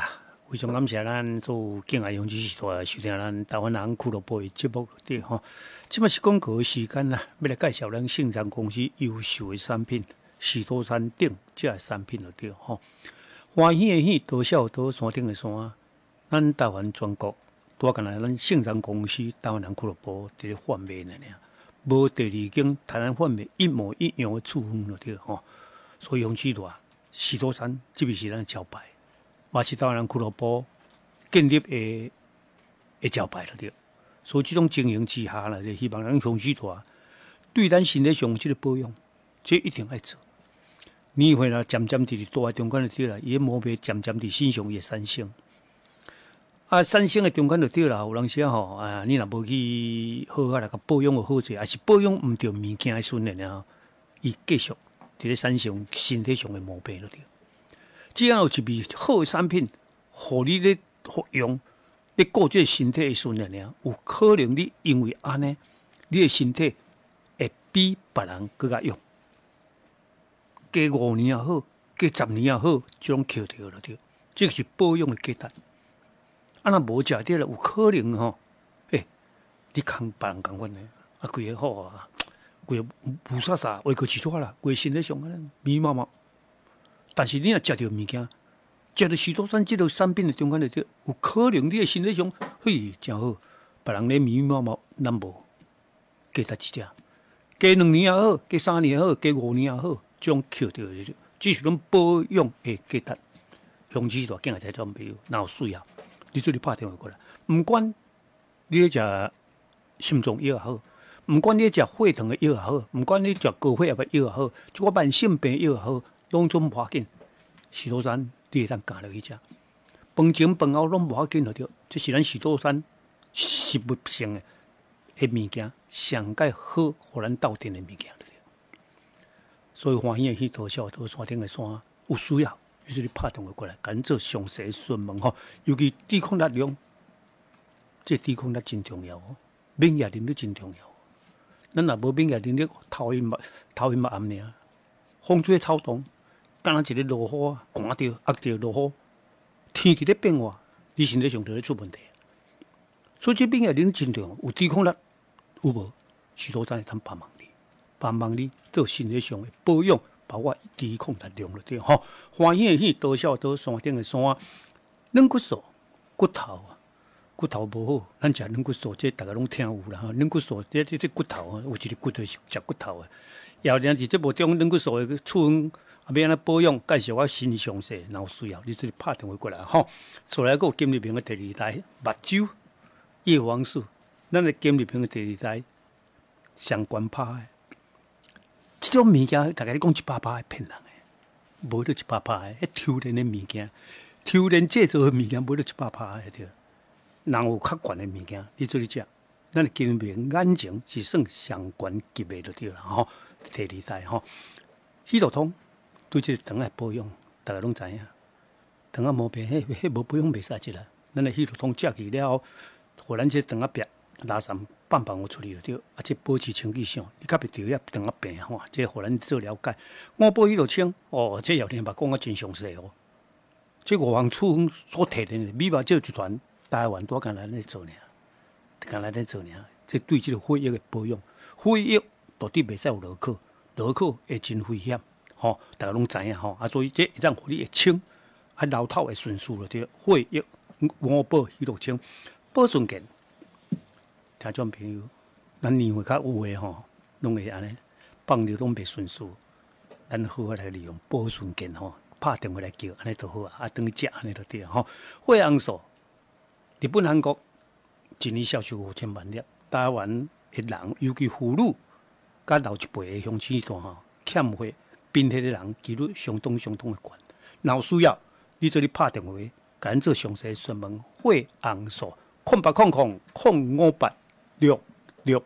非常感谢咱做敬爱勇士时代收听咱台湾人俱乐部的节目对吼。即摆是广告的时间啦，要来介绍咱盛赞公司优秀的产品，许多山顶这产品就对吼。欢喜的喜，多少多山顶的山，咱台湾全国多干来咱盛赞公司台湾人俱乐部伫咧贩卖呢，无第二间台湾贩卖一模一样的处方就对吼。所以勇士队许多山即边是咱的招牌。嘛是台湾人俱乐部建立的招牌了对，所以这种经营之下呢，就希望咱勇士队对咱身体上这个保养，这一定要做。年岁啦，渐渐地大中间就对啦，伊毛病渐渐地身上也产生。啊，产生的中间就对啦，有当时吼，啊，你若无去好好来个保养个好势，还是保养毋对物件的时阵呢，伊继续伫咧产生身体上的毛病了对。只要有一味好的产品，互你咧服用，咧顾这身体的时阵呢，有可能你因为安尼，你的身体会比别人更加用。加5年也好，加10年也好，这种扣掉了对，这个是保养的价值。啊，若无食着了，有可能吼，你空别人共款的，啊，规个好啊，规个乌沙沙，话个起错啦，规个身体上安尼密麻麻。但是你若食着物件，食着许多山这个产品的中间的，有可能你的身体上，嘿，真好，别人咧密密麻麻，咱无，加值一只，加2年也好，加3年也好，加5年也好，这种扣掉的，只是咱保养的价值。雄起大囝才做朋友，若有需要，你做你打电话过来，毋管你咧食心脏药也好，毋管你咧食血糖的药也好，毋管你食高血压的药也好，即个慢性病药也好。拢总无要紧，许多山你会当加落去食，饭前饭后拢无要紧，对，这是咱许多山食物性的物件，上界好，互咱斗阵的物件，对。所以欢喜的去多少多山顶的山有需要，就是你拍电话过来，赶做详细的询问吼。尤其抵抗力量，这抵抗力真重要哦，免疫能力真重要。咱若无免疫能力，头晕目暗尔，风吹草动。敢若一个落雨啊，寒着、压着落雨，天气咧变化，你身体上就会出问题。所以这免疫力真重要，有抵抗力，有无？许多咱会通帮忙你做身体上的保养，包括抵抗力量了对吼。欢喜的喜，多少多山顶的山，软骨素、骨头无好，咱食软骨素，这大家拢听有啦哈。软骨素这骨头啊，有一个骨头是食骨头的，要然是这无中软骨素的处方。啊，要安尼保养，介绍我新详细，若有需要，你就是拍电话过来吼。所来个金立平的第二台目睭叶黄素，咱的金立平的第二台上悬拍的，这种物件大家你讲100%会骗人的，无到100%的，迄抽炼的物件，抽炼制造的物件，无到100%的对。人有较悬的物件，你做你食，咱的金立平眼睛是算上悬级的就对啦吼。第二台吼，喜乐通。对这肠来保养，大家拢知影。肠仔毛病，迄无保养袂使即啦。咱的喜乐通食去了后，互咱这肠仔壁垃圾放互出去就对。啊，这保持清气上，你较袂着遐肠仔病吼，这互咱做了解。我保喜乐清，哦，这后天嘛讲啊真详细哦。这5项处方所提炼的，米嘛这集团台湾多干来咧做呢，干来咧做呢。这对这个血液的保养，血液到底袂使有落口，落口会真危险。吼，大家拢知影吼，啊，所以这会让互你会清，啊，老头会顺序了对，血液5宝喜乐清，保存健，听众朋友，咱年岁较有诶吼，拢会安尼放尿拢袂顺序，咱好好来利用保存健吼，拍电话来叫，安尼就好啊，啊，等于食安尼就对吼。血红素，日本、韩国一年销售5000万粒，台湾的人，尤其妇女，甲老一辈的乡亲段吼，欠血。贫血的人几率相当的悬，若有需要，你做你拍电话，甲咱做详细询问。血红素0800058668。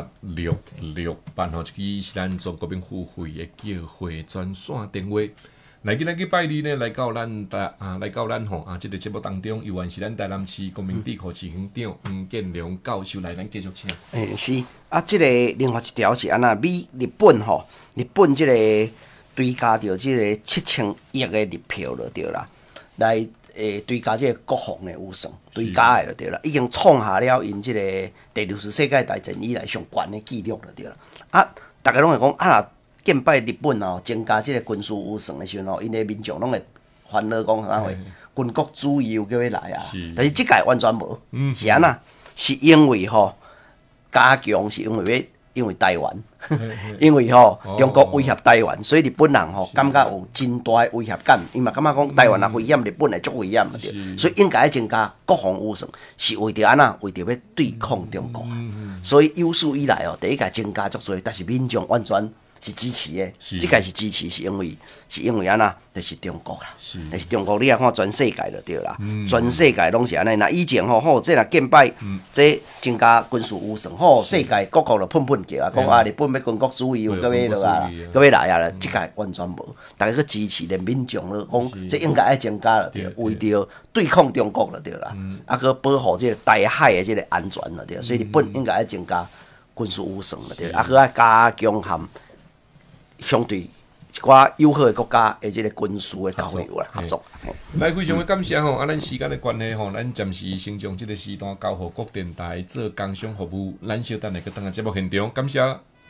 0800058668吼，这个是咱中国民付费的叫货专线电话。 来今日拜二呢，来到咱吼这个节目当中，由原是咱台南市国民地科市园长黄建良教授来咱继续请。 是啊，这个另外一条是安那日本吼，日本这个追加着这个7000亿的日票就对啦，来追加这个国防的预算，追加的就对啦，已经创下了因这个第2次世界大战以来上悬的纪录就对啦。啊，大家拢会讲啊，敬拜日本哦，增加这个军事预算的时候，因的民众拢会烦恼讲啥话，军国主义又叫要来啊。但是即届完全无，是安那？是因为吼加强，是因为台湾，因为中国威胁台湾，所以日本人感觉有真大的威胁感，伊嘛感觉讲台湾若危险，日本会足危险嘛对，所以应该增加国防预算，是为着安那？为着要对抗中国，所以有史以来第一届增加足多，但是民众完全是支持的，即届是支持，是因为安那？就是中国啦，就是中国，你也看全世界就对啦，全世界拢是安尼。那以前这若敬拜，这增加军事预算，世界各国就喷叫啊，讲啊日本要军国主义，又搁要落啊，搁要来啊啦，即届完全无，大家去支持，连民众都讲，这应该爱增加了对，为着对抗中国了对啦，啊搁保护这个台海的这个安全了对，所以日本应该爱增加军事预算了对，啊搁爱加强含相对一寡友好的国家的这个军事的交流啦，合作。 来，非常的感谢吼，咱时间的关系吼，咱暂时先将这个时段交予各电台做工商服务，咱稍等下去等下节目现场，感谢。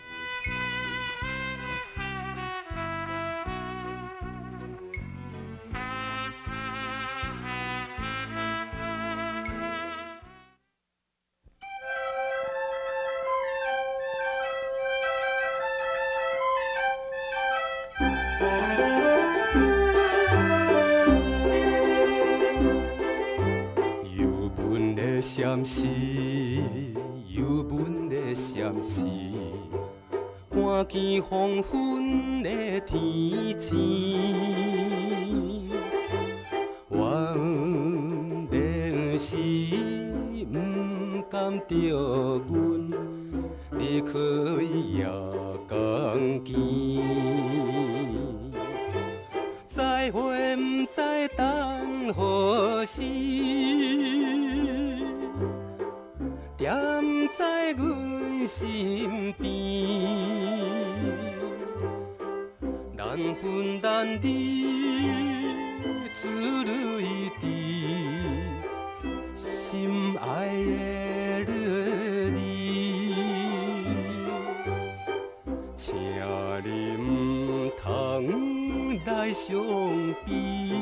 闪时，忧闷的闪时，看见黄昏的天星，原来是不甘着阮离开夜光见，再会不知等何时。踮在阮身边，难分难离，自泪滴，心爱的你，请你唔通来伤悲，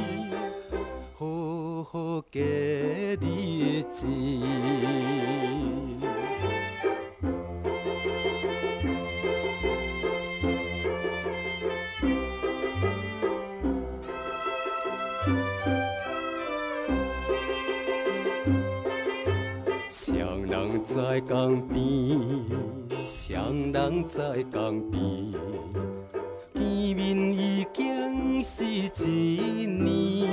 好好过日子。在江边，双人在江边，见面已经是一年。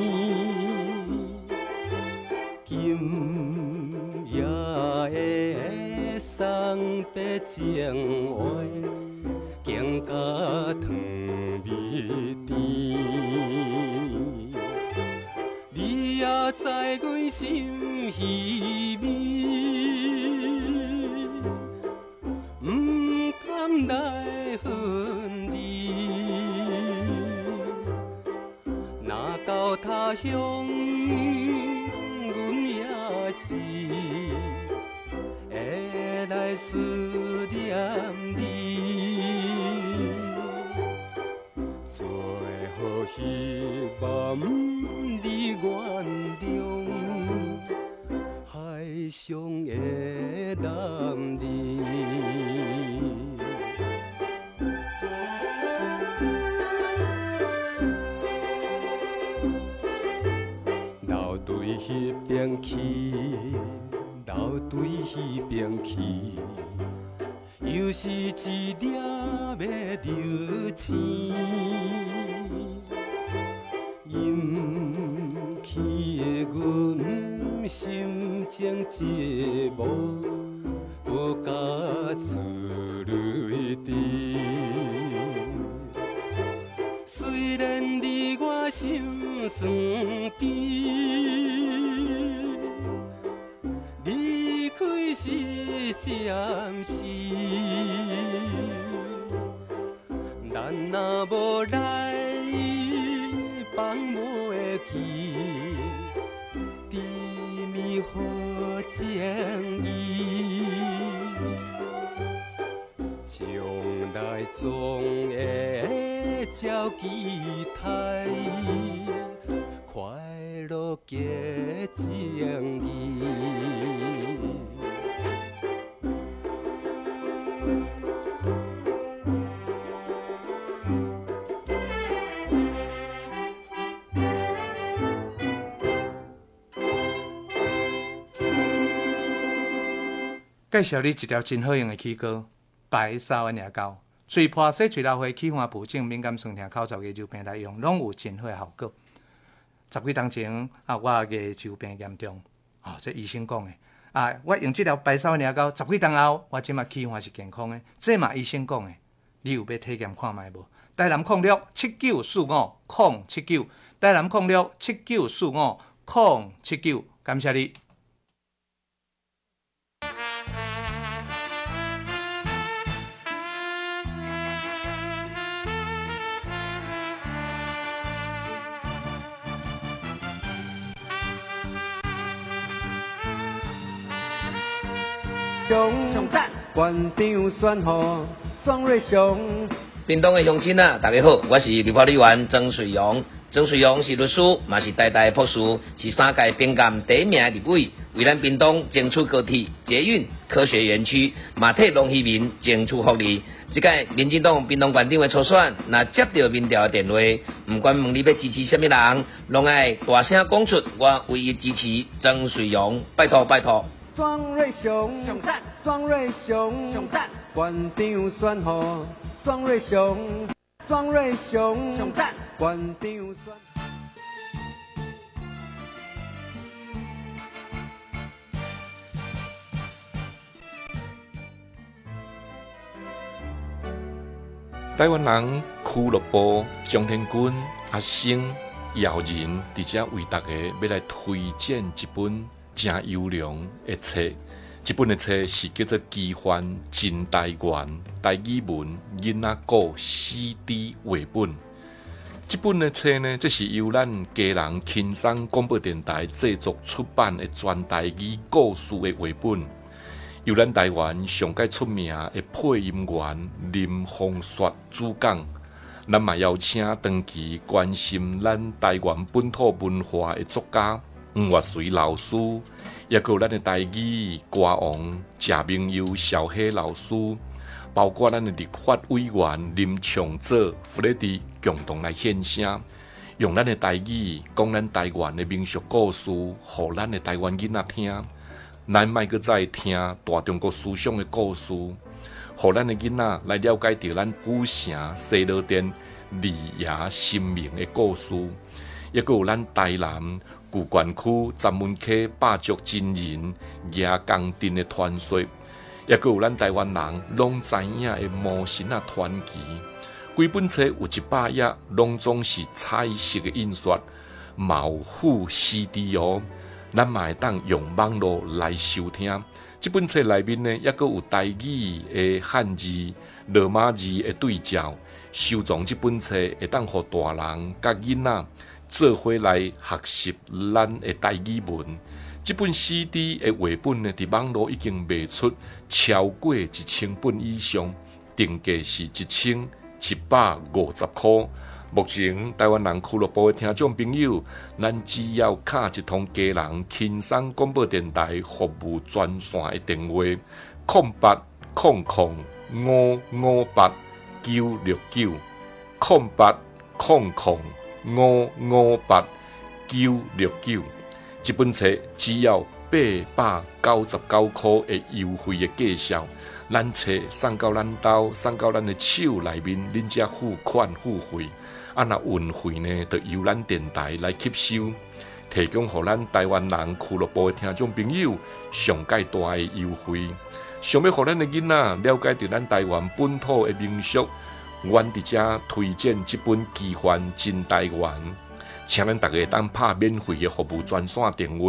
今夜的送别情话，更加糖蜜甜。你也知阮心稀微。来分离，若到他乡，阮也是会来思念你。最后希望你原谅海上的男儿。迄边去，流对迄边去，又是一粒的流星，引起阮心情寂寞，无加自泪滴。虽然你小期待，快乐结情谊。 介绍你一条真好用的曲歌，白扫的牙膏，嘴破洗、嘴流血、气化不正、敏感酸痛、口臭、牙周病来用，拢有真好的效果。10几年前我牙周病严重，这医生讲的。我用这条白扫的牙膏，10几年后，我即马气化是健康的，这嘛医生讲的。你有要体验看卖无？台南067945-079，台南067945-079，感谢你。 上赞，县长选好庄瑞雄。 屏东的乡亲啊，大家好，我是立法委员曾水勇。曾水勇是律师，嘛是代代博士，是3届评鉴第1名的立委，为咱屏东争取高铁、捷运、科学园区，嘛替农渔民争取福利。这届民进党屏东县长的初选，若接到民调的电话，不管问你要支持什么人，拢爱大声讲出我唯一支持曾水勇，拜托拜托。 庄瑞雄，上赞，庄瑞雄，上赞，县长选好庄瑞雄，庄瑞雄，上赞，县长选。 台湾人俱乐部张天军、阿星、姚仁，伫遮为大家要来推荐一本真优良的册。这本的册是叫做《奇幻真台湾台语文囡仔故 CD 画本》。这本的册呢，这是由咱家人轻松广播电台制作出版的全台语故事的画本。由咱台湾上界出名的配音员林凤雪主讲，咱嘛邀请长期关心咱台湾本土文化的作家黄岳水老师，也有咱的台语歌王谢明佑、小黑老师，包括咱的立法委员林长佐、弗雷迪共同来献声，用咱的台语讲咱台湾的民俗故事，互咱的台湾囡仔听。咱莫阁再听大中国思想的故事，互咱的囡仔来了解到咱古城西螺殿李爷神明的故事，也有咱台南旧关区闸门溪百足真人夜工镇的传说，也有咱台湾人拢知影的魔神啊传奇。规本册有100页，拢总是彩色的印刷，有附 CD 哦。咱嘛会当用网络来收听。这本册内面呢，也阁有台语的汉字、罗马字的对照。收藏这本册会当互大人甲囡仔做伙来学习咱的台语文。这本 CD 的绘本呢，伫网络已经卖出超过1000本以上，定价是1150块。目前台湾人俱乐部的听众朋友，咱只要敲一通家人轻松广播电台服务专线的电话，0800558969，0800558969，这本册只要899块的优惠的价销，咱册送到咱兜，送到咱的手内面，恁才付款付费。那运费呢，就由咱电台来吸收，提供给咱台湾人俱乐部的听众朋友上界大的优惠。想要让咱的囡仔了解到咱台湾本土的民俗，阮伫遮推荐这本《奇幻真台湾》，请咱大家当拍免费的服务专线电话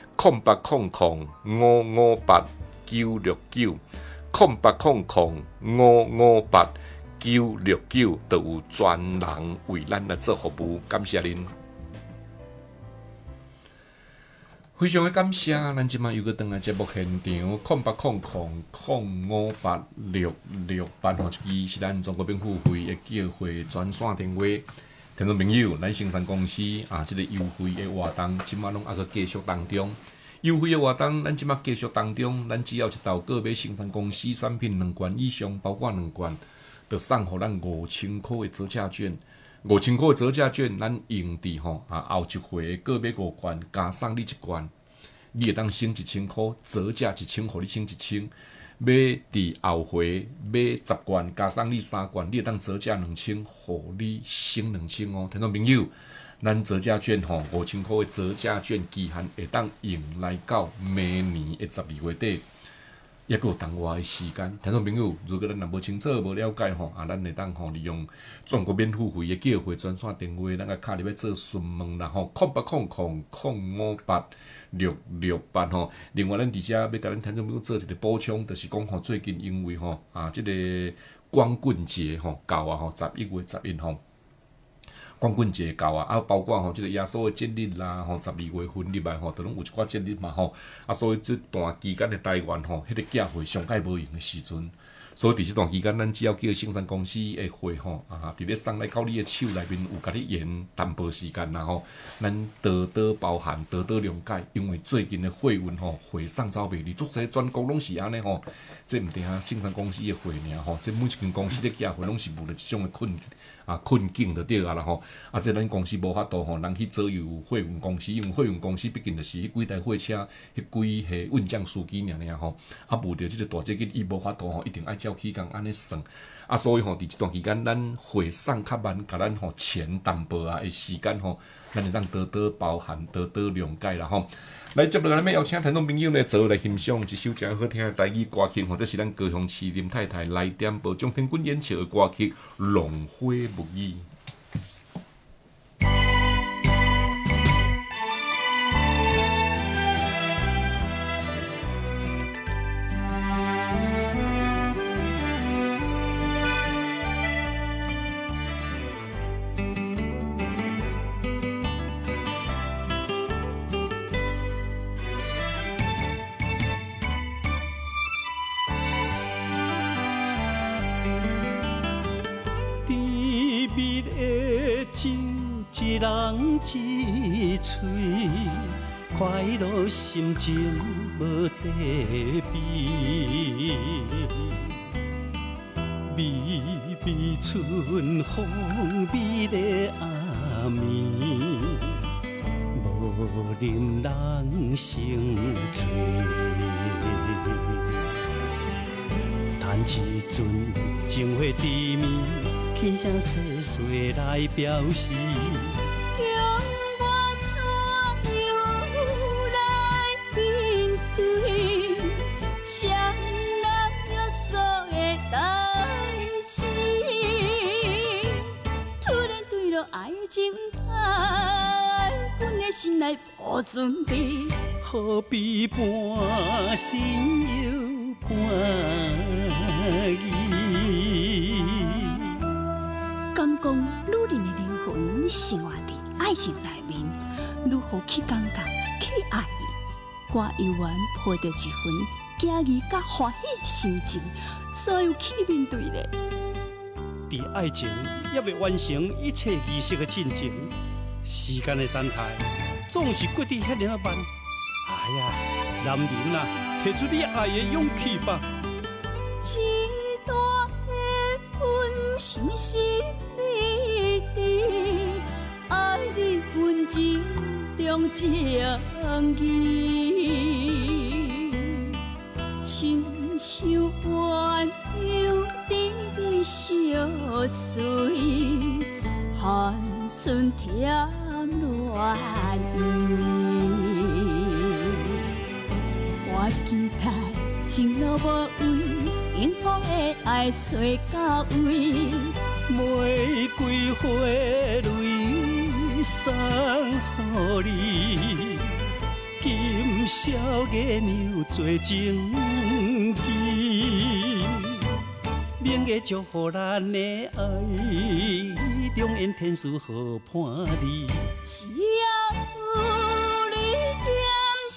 0800558969，0800558969，都有专人为咱来做服务，感谢您。 非常的感谢，咱即马又个倒来节目现场，0800058668吼，一支是咱中国免付费的叫会专线电话。听众朋友，咱生产公司即个优惠的活动，即马拢还佫继续当中。优惠的活动，咱即马继续当中，咱只要一道购买生产公司产品2罐以上，包括2罐，就送互咱5000块的折价券。5000块的折价券，咱用伫后一回购买5罐，加送你1罐，你会当省1000块，折价1000，互你省1000。买伫后回买10罐，加送你3罐，你会当折价2000，互你省2000哦。听众朋友，咱折价券5000块的折价券期限会当用来到明年的12月底。也佫有同外的时间，听众朋友，如果咱若无清楚、无了解咱会当利用全国免付费的叫货专线电话，咱个敲入去做询问啦0800058668另外，咱伫遮要甲咱听众朋友做一个补充，就是讲最近因为即个光棍节到啊11月11号。光棍节到啊，包括即个耶稣的节日啦，12月份入来都拢有一寡节日嘛所以这段期间的台湾迄个寄货上界无用的时阵，所以伫这段期间，咱只要叫生产公司的货伫咧送来到你的手内面，有甲你延淡薄时间啦咱多多包涵，多多谅解，因为最近的货运货送走袂离，足侪全国拢是安尼这毋定生产公司的货尔这每一间公司咧寄货拢是无了即种的困境就对啊啦这咱公司无法度人去左右货运公司，因为货运公司毕竟就是迄几台货车、迄几下运将司机尔无着即个大节日，伊无法度一定爱照起工安尼算所以伫即段期间，咱货送较慢，甲咱前淡薄的时间咱会当多多包涵，多多谅解啦来，接落来，咱要邀请听众朋友呢，做来欣赏一首真好听的台语歌曲，或者是咱高雄市林太太来点播张天军演唱的歌曲《浪花木语》。 一人一嘴，快乐心情无地比。微微春风，美丽暗暝，无忍人成醉。弹一阵情花甜蜜，轻声细碎来表示。爱情海，阮的心内无准备，何必半心又半意？敢讲女人的灵魂生活伫爱情内面，如何去感觉、去爱伊？我犹原抱着一份惊异甲欢喜心情，怎样去面对呢？伫爱情也未完成一切仪式的进程，时间的等待总是过得遐尔慢。哎呀，男人啊，提出你爱的勇气吧。一段的温馨是你的爱你温柔中情意，亲像鸳鸯的小水，寒春甜暖意。我期待情路无畏，幸福的爱找到位，玫瑰花蕊送予你，今宵月亮做情机。明月祝福咱的爱，龙颜天使好伴你。只要有你点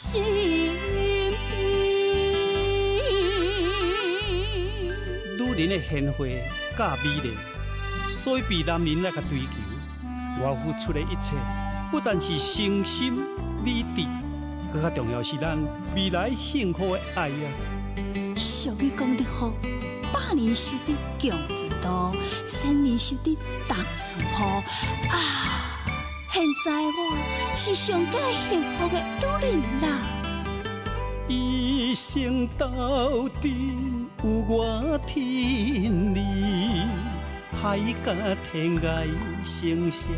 人的贤惠甲美丽，所以被男人来甲追求。我付出的一切，不但是诚心美德，更较重要是咱未来幸福的爱啊！ 俗语讲得好，100年修得强自度，1000年修得重自抱。啊，现在我是上界幸福的女人啦！ 一生到底有我天理，海甲天涯成相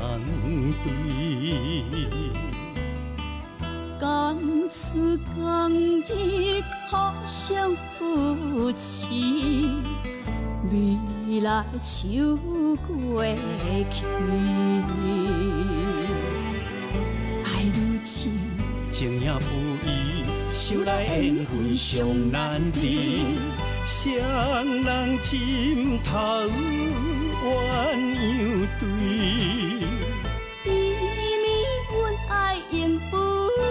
对。 甘出甘入，互相扶持，未来手过去，爱如情， 情也不移，想来缘分上难离，双人枕头鸳鸯对， 比美阮爱永不。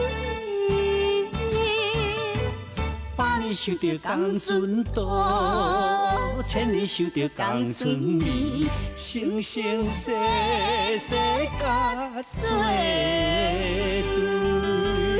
100年修得共船渡，1000年修得共春眠，生生世世甲做对。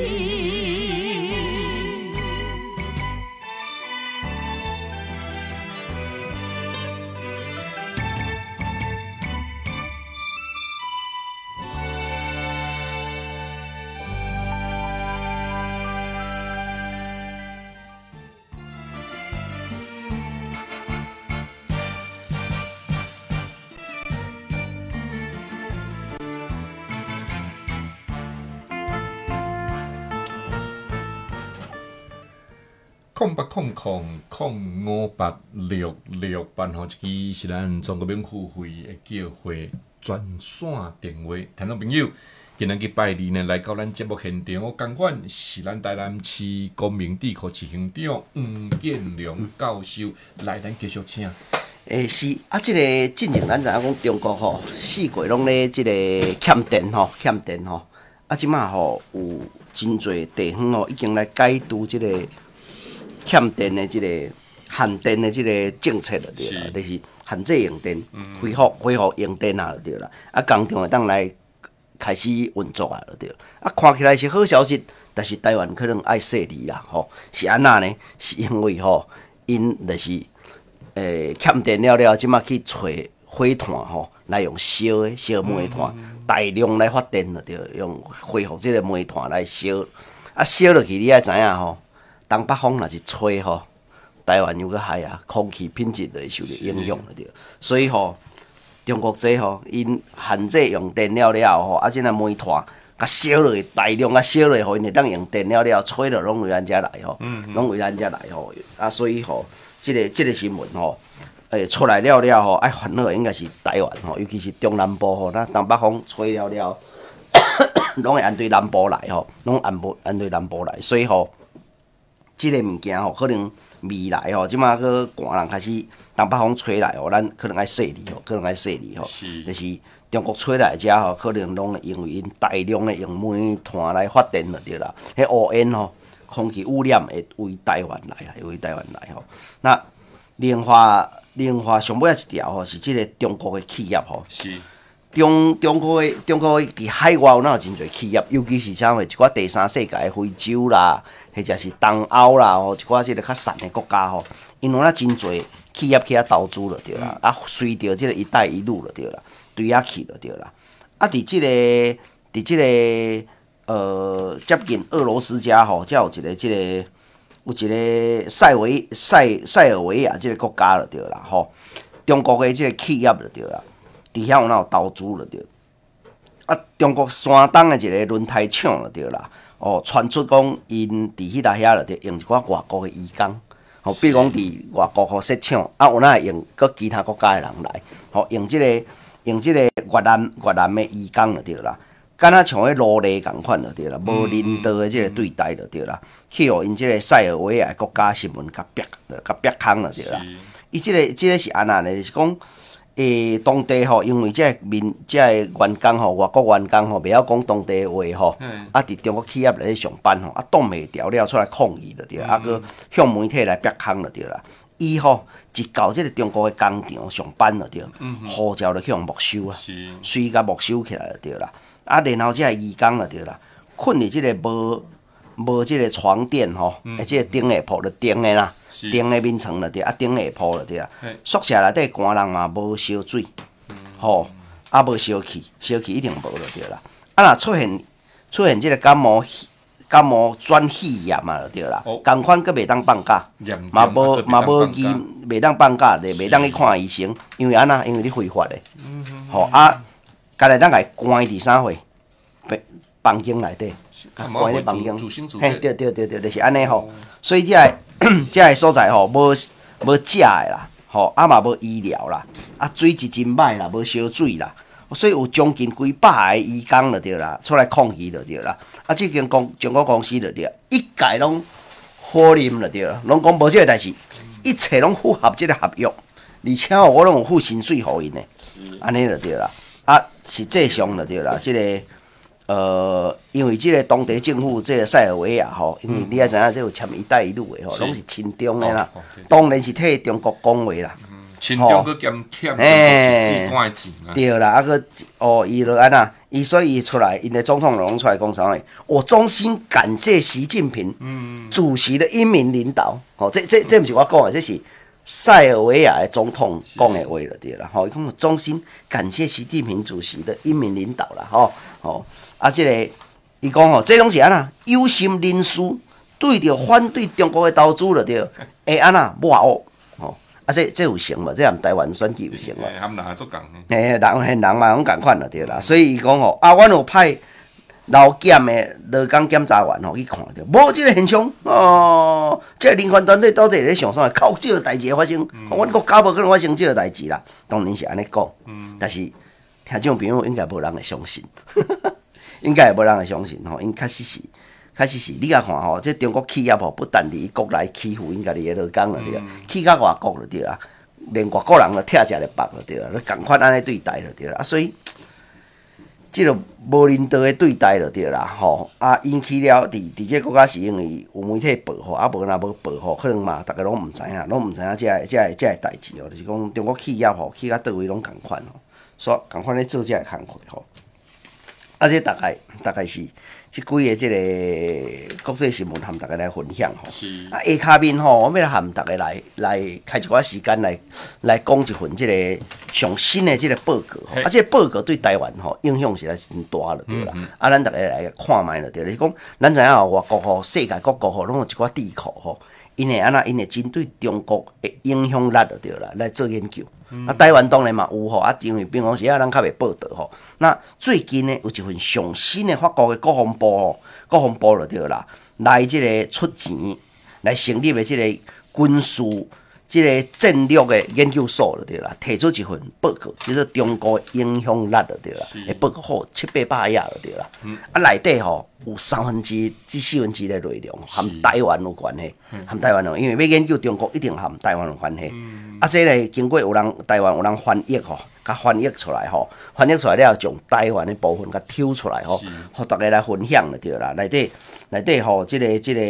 0800058668吼，一支是咱中国免付费的叫会专线电话，听众朋友，今日去拜二呢，来到咱节目现场，我同款是咱台南市公民地科市乡长黄建良教授来，咱继续请。 是啊，即个进前咱知影讲中国吼，四国拢咧即个欠电吼，啊，即马吼有真侪地方吼已经来解除即个欠电的即个限电的即个政策就对啦，就是限制用电，恢复用电啊就对啦，啊工厂会当来开始运作啊就对啦，啊看起来是好消息，但是台湾可能爱说理啦吼，是安那呢？是因为吼因就是欠电了，即马去找火炭吼来用烧煤炭，大量来发电就对，用恢复即个煤炭来烧，啊烧落去你爱知影吼。东北风若是吹吼，台湾又搁海啊，空气品质就会受到影响了对。所以吼，中国这吼因限制用电了吼，啊，即个煤炭甲烧落去，大量甲烧落去，互因会当用电了，吹落拢为咱遮来吼，拢为咱遮来吼。啊，所以吼，即个新闻吼，出来了吼，爱烦恼应该是台湾吼，尤其是中南部吼，咱东北风吹了，拢会按对南部来吼，拢按对南部来，所以吼。即个物件吼，可能未来吼，即马个寒人开始东北风吹来吼，咱可能爱说理吼，就是中国吹来遮吼，可能拢因为因大量的用煤炭来发电就对啦。迄污烟吼，空气污染会为台湾来吼。那另外上尾一条吼，是即个中国的企业吼。是。中国伫海外有哪有真侪企业，尤其是啥物一寡第三世界的非洲啦，或者是东欧啦吼，一寡即个较散的国家吼，因为咱真侪企业去遐投资了对啦，啊随着即个一带一路了对啦，对遐去了对啦，啊伫即个接近俄罗斯遮吼，才有一个塞尔维亚即个国家了对啦吼，中国的即个企业了对啦。伫遐有哪有投资了对，啊，中国山东的一个轮胎厂了对啦，哦，传出讲因伫迄搭遐了对，用一寡外国的移工，吼，比如讲伫外国设厂，啊，有哪会用搁其他国家的人来，吼，用即个越南的移工了对啦，敢若像迄奴隶共款了对啦，无人道的即个对待了对啦，去互因即个塞尔维亚国家新闻甲逼空了对啦，伊即个是安那呢？就是讲。当地吼，因为即个员工吼，外国员工吼，袂晓讲当地话吼，啊，伫中国企业来上班吼，啊，挡袂牢了，出来抗议了对，啊，佮向媒体来逼空了对啦。 伊吼一到即个中国的工厂上班了对，护照就向没收啊，随甲没收起来就对啦。啊，然后即个移工了对啦，困伫即个无即个床垫吼，即个顶下铺就顶的啦，顶的面床了对，啊顶下铺了对啊。宿舍内底寒人嘛无烧水，吼，啊无烧气，烧气一定无了对啦。啊，若出现即个感冒转肺炎嘛就对啦，共款佫袂当放假，嘛无机袂当放假咧，袂当去看医生，因为安那，因为你非法咧，吼啊，家己咱家关伫啥货？房间内底，关咧房间，嘿，对，就是安尼吼。所以这个所在吼，无食的啦，吼啊嘛无医疗啦，啊水质真歹啦，无烧水啦。所以有将近几百个移工就对啦，出来抗议就对啦。啊，这间中国公司就对，一概拢否认就对啦，拢讲无这个代志，一切拢符合这个合约，而且我拢有付薪水互因的，安尼就对啦。啊，实际上就对啦，这个因为这个当地政府这个塞尔维亚吼，因为你也知影，这有签一带一路的吼，拢是亲中的啦，当然是替中国讲话啦。 亲中佫兼欠中国14线的钱啊！ 对啦，啊佫伊就安那，所以伊出来，因的总统拢出来讲啥物？我衷心感谢习近平主席的英明领导。吼，这毋是我讲的，这是塞尔维亚的总统讲的话了，对啦。吼，伊讲衷心感谢习近平主席的英明领导啦。吼，啊，这个伊讲吼，这拢是安那有心人士对着反对中国的投资了，对，会安那抹黑。啊，这有成无？这含台湾选举有成无？ 他们人做共人嘛拢共款了对啦。所以伊讲吼，啊，阮有派劳检的劳工检查员吼去看着，无即个现象哦。这人权团队到底咧想啥？靠，即个代志发生，阮国家无可能发生即个代志啦。当然是安尼讲，但是听众朋友应该无人会相信，应该无人会相信吼，因确实是。你甲看吼，这中国企业吼，不但伫国内欺负因家己的劳工了对啦，去到外国了对啦，连外国人都拆食咧饱了对啦，你共款安尼对待了对啦，啊，所以即个无人道的对待了对啦，吼啊，引起了伫这国家是因为有媒体报吼，啊无若无报吼，可能嘛，大家拢毋知影，这个代志哦，就是讲中国企业吼，去到倒位拢共款吼，所共款咧做这个工课吼，啊，这大概是。即几个即个国际新闻，含大家来分享吼。啊，下骹面吼，我要来含大家来开一寡时间来讲一份即个上新的即个报告吼。啊，即个报告对台湾吼影响实在是真大了对啦。啊，咱大家来看卖了对啦。是讲，咱知影吼，外国吼、世界各国吼，拢有一寡智库吼，因会针对中国的影响力了对啦，来做研究。啊，台湾当然嘛有吼，啊，因为平常时咱较袂报道吼。那最近呢，有一份上新的法国的国防部就对啦，来即个出钱来成立的即个军事即个战略的研究所就对啦，提出一份报告，叫做中国影响力就对啦，诶，报告好700-800页就对啦。啊，内底吼有1/3至4/4的内容含台湾有关系，含台湾有，因为要研究中国一定含台湾有关系。啊，这个经过台湾有人翻译吼，甲翻译出来吼，翻译出来了，将台湾的部分甲抽出来吼，互大家来分享就对啦。内底吼，即个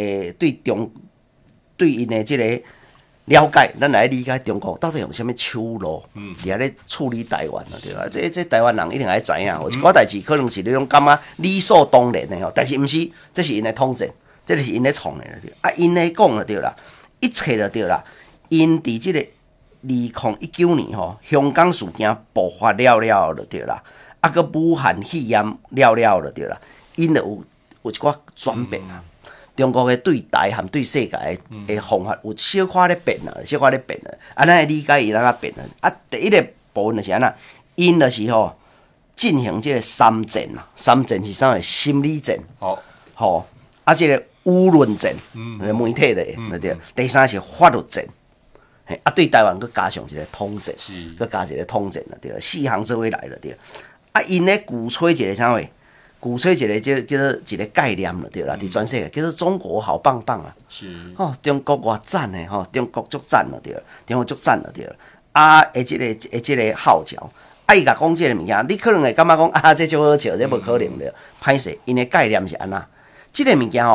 对因的即个了解，咱来理解中国到底用啥物手路，伫遐咧处理台湾对啦。这台湾人一定爱知影，有一寡代志可能是你拢感觉理所当然的吼，但是毋是，这是因的统战，这是因咧创的对。啊，因咧讲就对啦，一切就对啦，因伫即个。2019年吼，香港事件爆发了就对啦，啊个武汉肺炎了就对啦，因就有一寡转变啊。中国的对台含对世界的方法有小可咧变啊，啊，咱会理解伊哪变啊。啊，第一个部分就是安那，因就是吼进行即个3战啊，3战是啥个心理战，吼，啊，即个舆论战，媒体的对，第三是法律战。啊，对台湾佮加上一个统战，佮加一个统战了对，4项做伙来了对。啊，因咧鼓吹一个啥货？鼓吹一个叫做一个概念了对啦，伫全世界叫做中国好棒棒啊！吼，中国偌赞诶吼，中国足赞了对，中国足赞了对。啊，即个号召，啊，伊甲讲即个物件，你可能会感觉讲啊，这足好笑，这无可能的，歹势。因诶概念是安那，即个物件吼，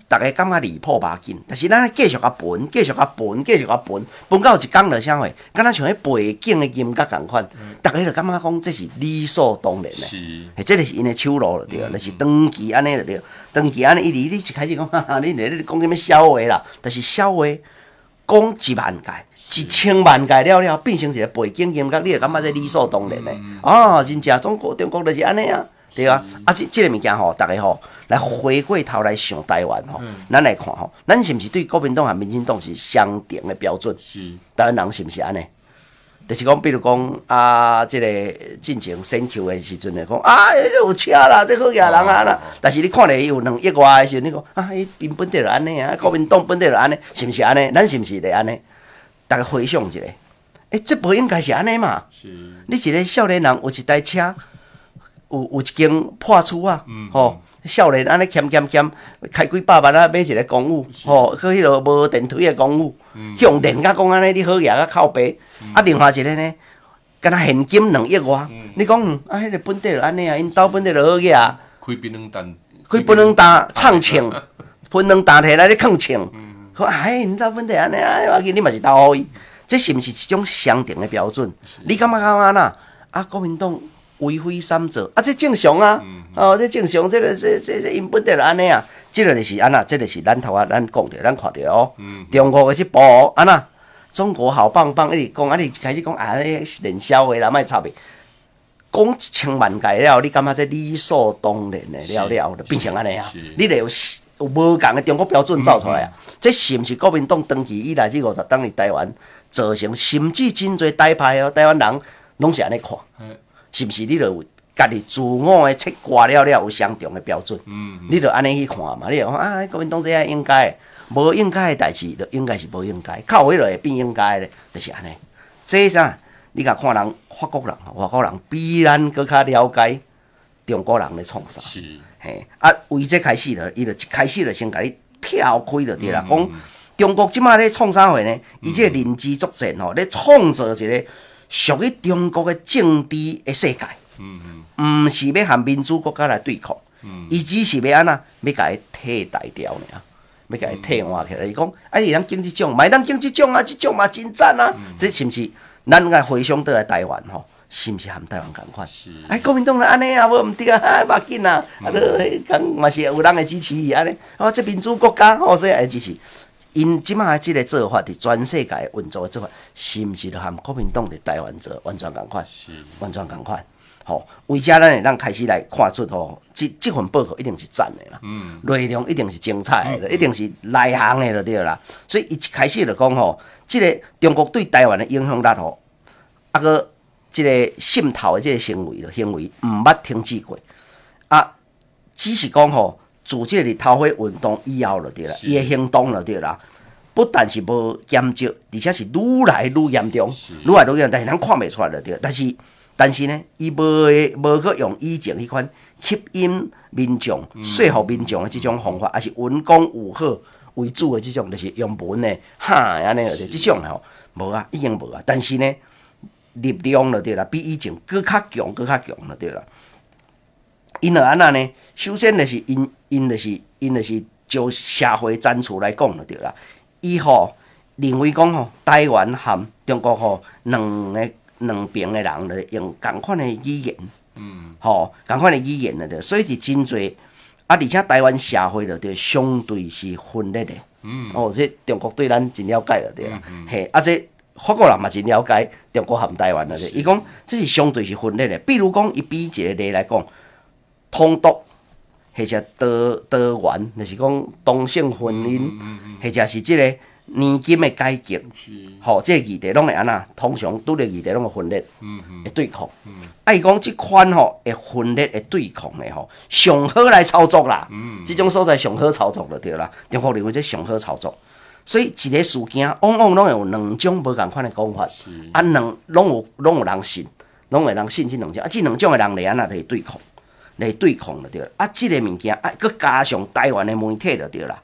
大家感觉离谱马紧，但是咱继续甲分，继续甲分，继续甲分，分到一天就啥货，敢若像迄背景的音乐共款，大家就感觉讲这是理所当然的，这就是因的手路了对，就是长期安尼了对，长期安尼你一开始讲，哈哈，你讲什么笑话啦，但是笑话讲10000届、1000万届了，变成一个背景音乐，你就感觉这理所当然的，啊，真正中国就是安尼啊。对啊，这个物件吼，大家吼来回过头来想台湾吼，咱来看吼，咱是毋是对国民党和民进党是相同的标准？是，台湾人是毋是安尼？就是讲，比如讲这个进前选球的时阵来讲有车啦，这好野人啦。但是你看咧有2亿外的时阵，你讲伊民本地就安尼啊，国民党本地就安尼，是毋是安尼？咱是毋是得安尼？大家回想一下，这不应该是安尼嘛？是，你一个少年人有一台车。有一间破厝啊，少年安尼欠，开几百万啊，买一个公寓，去迄落无电梯的公寓，向电甲讲安尼，你好野甲靠背，另外一个呢，敢若现金2亿外，你讲迄个本地就安尼啊，因兜本地就好野啊， 开槟榔摊， 唱唱，槟榔摊摕来咧囥唱，因兜本地安尼啊，你嘛是斗好伊，这是毋是一种相同的标准？你感觉安那？国民党。为非三者这正常啊！这正常，这因本地就安尼啊，这个就是安那，这个是咱头咱讲着，咱看着哦。中国的这部安那，中国好棒棒，一直讲，你开始讲练笑话啦，莫插伊。讲1000万届了，你感觉这理所当然的了，就变成安尼啊？你得有无共的中国标准走出来啊？这是毋是国民党长期以来这50当伫台湾造成，甚至真侪台派哦，台湾人拢是安尼看。是毋是你就有家己自我的切割了有相同的标准？你就安尼去看嘛？你就讲国民党这样应该，无应该的代志，就应该是无应该，靠迄落会变应该的，就是安尼。这啥？你甲看人法国人、外国人比咱搁较了解中国人咧创啥？是嘿为这开始了，伊就一开始就先甲你跳开就对啦。讲中国即马咧创啥货呢？伊这认知作战吼，咧创造一个。属于中国的政治的世界，毋是要和民主国家来对抗，伊只是要安那，要甲伊替代掉尔，要甲伊替换起来。伊讲，你咱经济奖，买咱经济奖啊，即奖嘛真赞啊！这是毋是？咱来回想倒来台湾吼，是毋是和台湾共款？国民党安尼啊，无毋对啊，无紧啊，嘛是有人会支持伊安尼。这民主国家所以会支持。因即马即个做法伫全世界运作的做法，是毋是就和国民党伫台湾做完全共款？完全共款。为遮咱会当开始来看出即份报告一定是赞的啦，内容一定是精彩的，一定是内行的就对啦。所以伊一开始就讲即个中国对台湾的影响力个即个渗透的即个行为毋捌停止过只是讲自即个日头火运动以后就对啦，伊的行动就对啦，不但是无减少，而且是愈来愈严重，愈来愈严重，但是咱看袂出来就对。但是呢，伊无去用以前迄款吸引民众、说服民众的即种方法，还是文攻武吓为主的即种，就是用文的安尼就对，即种无啊，已经无啊。但是呢，力量就对啦，比以前搁较强就对啦。因就安那呢？首先就是因就是就社会战术来讲就对啦。伊认为讲台湾和中国两边的人就用同款的语言，同款的语言了对，所以是真侪而且台湾社会就对相对是分裂的。这中国对咱真了解了对啦，嘿，这法国人嘛真了解中国和台湾了对。伊讲这是相对是分裂的，比如讲伊比一个例来讲。统独，或者多元，就是讲同性婚姻，或者是即个年金的改革，即个议题拢会安那，通常拄着议题拢会分裂，会对抗。伊讲即款会分裂、会对抗的上好来操作啦。即种所在上好操作就对啦。中国认为这上好操作，所以一个事件往往拢有两种无共款的讲法，拢有人信，拢有人信即两种，即两种的人来安那来对抗。来对抗就对了，即个物件佮加上台湾的媒体就对啦，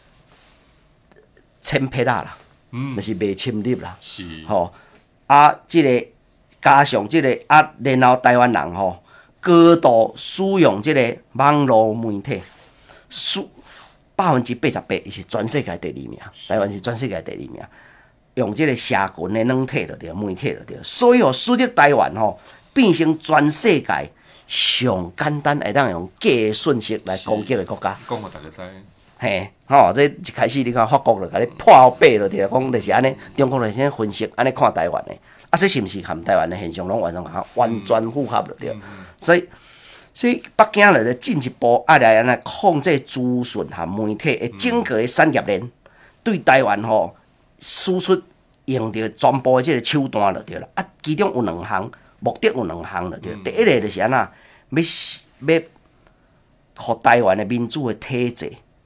侵略啦，就是袂侵略啦，即个加上即个然后台湾人高度使用即个网络媒体， 88%，伊是全世界第2名，台湾是全世界第2名。用即个社群的软体就对，媒体就对，所以使得台湾变成全世界上简单会当用假讯息来攻击的国家。 讲互大家知。 嘿，这一开始你看法国就甲你破白了，对，讲就是安尼，中国就先分析安尼看台湾的，这是毋是含台湾的现象拢完全符合了对？所以北京就进一步来安尼控制资讯和媒体的整个的产业链，对台湾输出用着全部的即个手段就对了。其中有2项，目的有2项就对。第一个就是安那，要互台湾的民主的体制，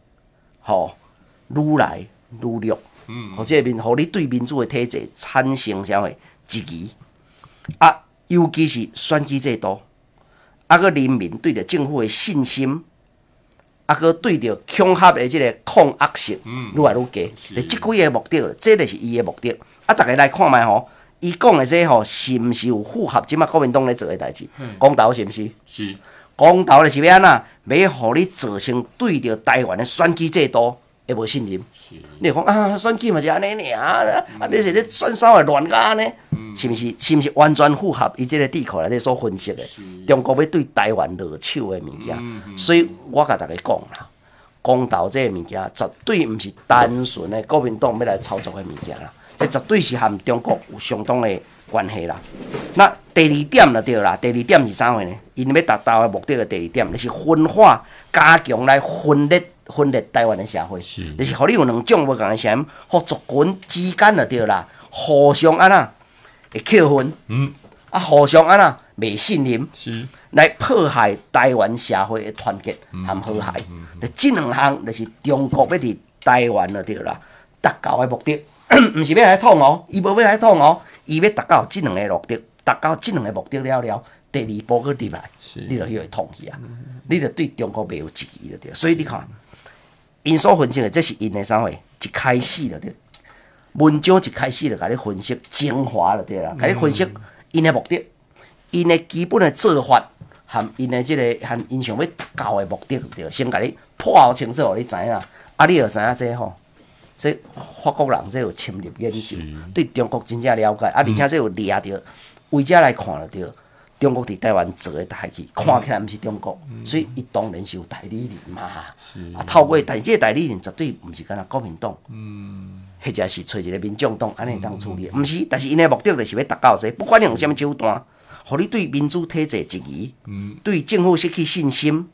愈来愈弱。互你对民主的体制产生啥物质疑。尤其是选举制度，个人民对着政府的信心。个对着恐吓的即个抗压性愈来愈低，即几个目的，这就是伊的目的。大家来看卖伊讲的这是毋是有符合即摆国民党咧做的代志？公投是毋是？ 是。 公投就是要安怎？要互你造成对着台湾的选举制度会无信任。你讲选举嘛是安尼尔，你是咧选啥会乱甲安尼？是毋是完全符合伊即个智库内底所分析的？中国要对台湾落手的物件，所以我甲大家讲啦，公投这个物件绝对毋是单纯的国民党要来操作的物件啦，这绝对是和中国有相当的关系啦。那第2点就对啦，第2点是啥货呢？因要达到的目的的第2点，就是分化、加强来分裂台湾的社会，就是互你有2种无共的声音，互族群之间就对啦，互相安那。会扣分，互相安那袂信任，来破坏台湾社会的团结和和谐。这2项就是中国要伫台湾就对啦，达到的目的，毋是要来统伊无要来统伊要达到这2个目的，达到这2个目的了，第2步去入来，你就迄个统去你就对中国袂有质疑就对。所以你看，因所分析的，这是因的啥货？一开始就对。文章一开始就甲你分析精华就对啦，甲你分析因的目的、因的基本的做法，和因的和因想要达到的目的就对，先甲你破清楚，互你知影。你就知影这法国人这有深入研究，对中国真正了解，而且这有掠着为遮来看就对。中国伫台湾做的代志，看起来毋是中国，所以伊当然是有代理人嘛。透过这个代理人绝对毋是干那国民党，或者是找一个民众党安尼当处理，毋是。但是因的目的就是要达到这，不管你用什么手段，互你对民主体制质疑，对政府失去信心，